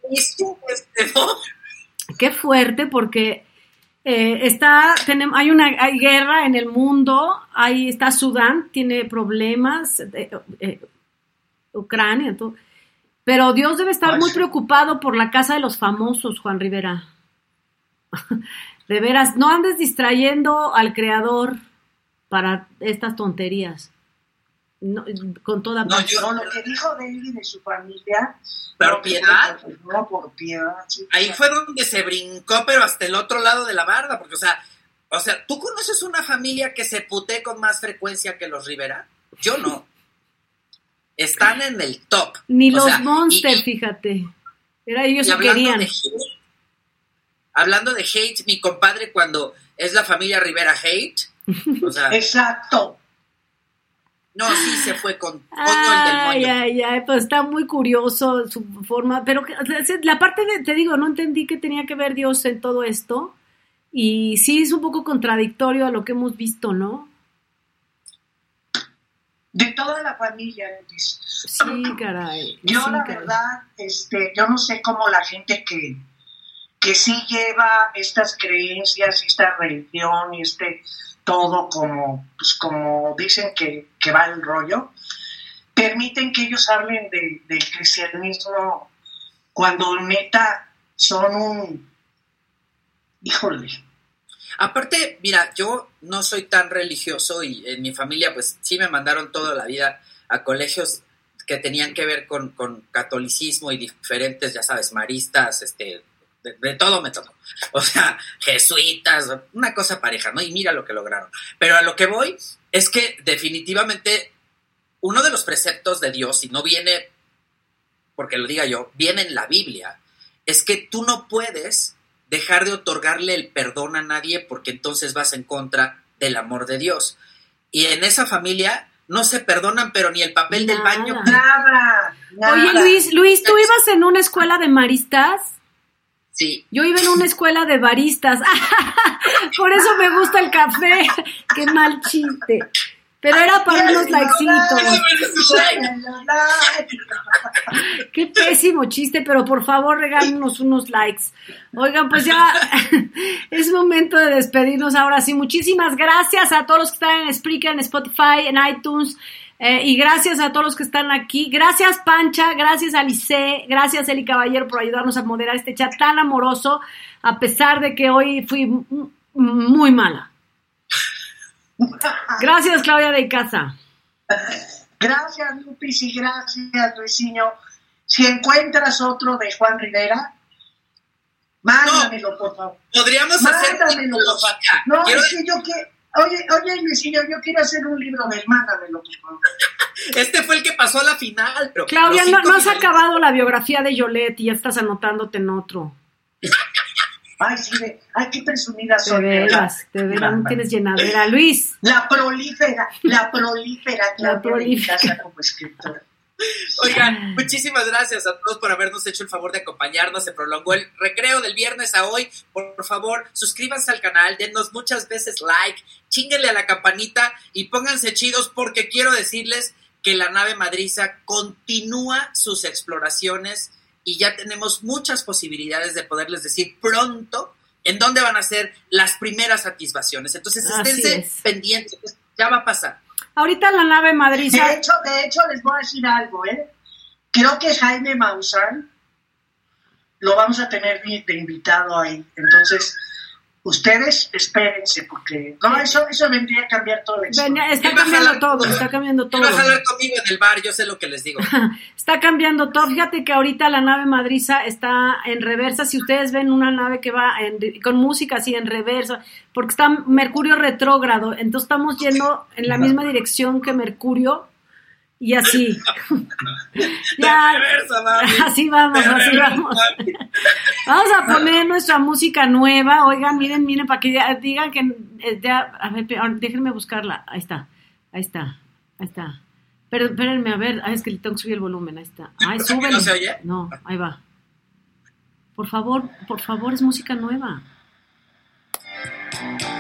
Qué fuerte, porque eh, está, tenemos, hay una hay guerra en el mundo, ahí está Sudán, tiene problemas, eh, eh, Ucrania, todo. Pero Dios debe estar muy preocupado por la casa de los famosos, Juan Rivera. De veras, no andes distrayendo al Creador para estas tonterías. No, con toda no, yo, no, lo que dijo de él y de su familia. ¿Por piedad? No, por piedad. Sí, ahí fue donde se brincó, pero hasta el otro lado de la barda, porque, o sea, o sea, ¿tú conoces una familia que se putee con más frecuencia que los Rivera? Yo no. Están en el top. Ni o los sea, Monster, y, fíjate. Era ellos que querían. De hate, hablando de hate, mi compadre cuando es la familia Rivera hate, o sea, exacto. No, sí se fue con coño el del moño. Ay, ay, ay, pues está muy curioso su forma, pero la parte de, te digo, no entendí qué tenía que ver Dios en todo esto, y sí es un poco contradictorio a lo que hemos visto, ¿no? De toda la familia, Luis. Sí, caray. Yo sí, la caray. verdad, este, yo no sé cómo la gente que, que sí lleva estas creencias, esta religión y este todo como, pues como dicen que, que va el rollo, permiten que ellos hablen de, del cristianismo cuando neta son un... Híjole. Aparte, mira, yo no soy tan religioso y en mi familia pues sí me mandaron toda la vida a colegios que tenían que ver con, con catolicismo y diferentes, ya sabes, maristas, este... De, de todo me tocó, o sea, jesuitas, una cosa pareja, ¿no? Y mira lo que lograron. Pero a lo que voy es que definitivamente uno de los preceptos de Dios, y no viene porque lo diga yo, viene en la Biblia, es que tú no puedes dejar de otorgarle el perdón a nadie porque entonces vas en contra del amor de Dios. Y en esa familia no se perdonan, pero ni el papel nada. del baño. Nada, nada. Oye, Luis, Luis, ¿tú ibas en una escuela de maristas? Sí. Yo iba en una escuela de baristas. Por eso me gusta el café. Qué mal chiste. Pero era para unos likecitos. Qué pésimo chiste, pero por favor regálenos unos likes. Oigan, pues ya es momento de despedirnos ahora sí. Muchísimas gracias a todos los que están en Spreaker, en Spotify, en iTunes. Eh, y gracias a todos los que están aquí. Gracias, Pancha. Gracias, Alice. Gracias, Eli Caballero, por ayudarnos a moderar este chat tan amoroso, a pesar de que hoy fui m- muy mala. Gracias, Claudia de Icaza. Gracias, Lupis, y gracias, Luisinho. Si encuentras otro de Juan Rivera, mándamelo, no, por favor. Podríamos mándamelo, hacer... No, Quiero... es que yo que... Oye, oye, Luisinho, yo quiero hacer un libro de él, mándamelo, por favor. Este fue el que pasó a la final, pero... Claudia, no, no has acabado la biografía de Yolette y ya estás anotándote en otro. Ay, sí, de, ay, qué presumida soy. De veras, de veras, no tienes llenadera. Luis. La prolífera, la prolífera, Claudia, la prolífera. De Icaza como escritora. Oigan, muchísimas gracias a todos por habernos hecho el favor de acompañarnos. Se prolongó el recreo del viernes a hoy. Por, por favor, suscríbanse al canal, dennos muchas veces like, chínguenle a la campanita y pónganse chidos porque quiero decirles que la nave Madriza continúa sus exploraciones y ya tenemos muchas posibilidades de poderles decir pronto en dónde van a ser las primeras satisfacciones. Entonces, esténse pendientes, ya va a pasar. Ahorita la nave Madriza. De hecho, de hecho, les voy a decir algo, ¿eh? Creo que Jaime Maussan lo vamos a tener de invitado ahí. Entonces, ustedes espérense, porque no, eso, eso vendría a cambiar todo eso. Venía, está cambiando todo, está cambiando todo. Vas a hablar conmigo en el bar, yo sé lo que les digo. Está cambiando todo. Fíjate que ahorita la nave Madriza está en reversa. Si ustedes ven una nave que va en, con música así en reversa, porque está Mercurio retrógrado, entonces estamos yendo en la misma dirección que Mercurio y así. Ya, reversa, mami. Así vamos, de así reversa, vamos. Mami. Vamos a poner nuestra música nueva. Oigan, miren, miren, para que ya, digan que ya, a ver, déjenme buscarla. Ahí está, ahí está, ahí está. Pero espérenme, a ver, ay, es que le tengo que subir el volumen, ahí está. Ay, súbelo. ¿No se oye? No, ahí va. Por favor, por favor, es música nueva.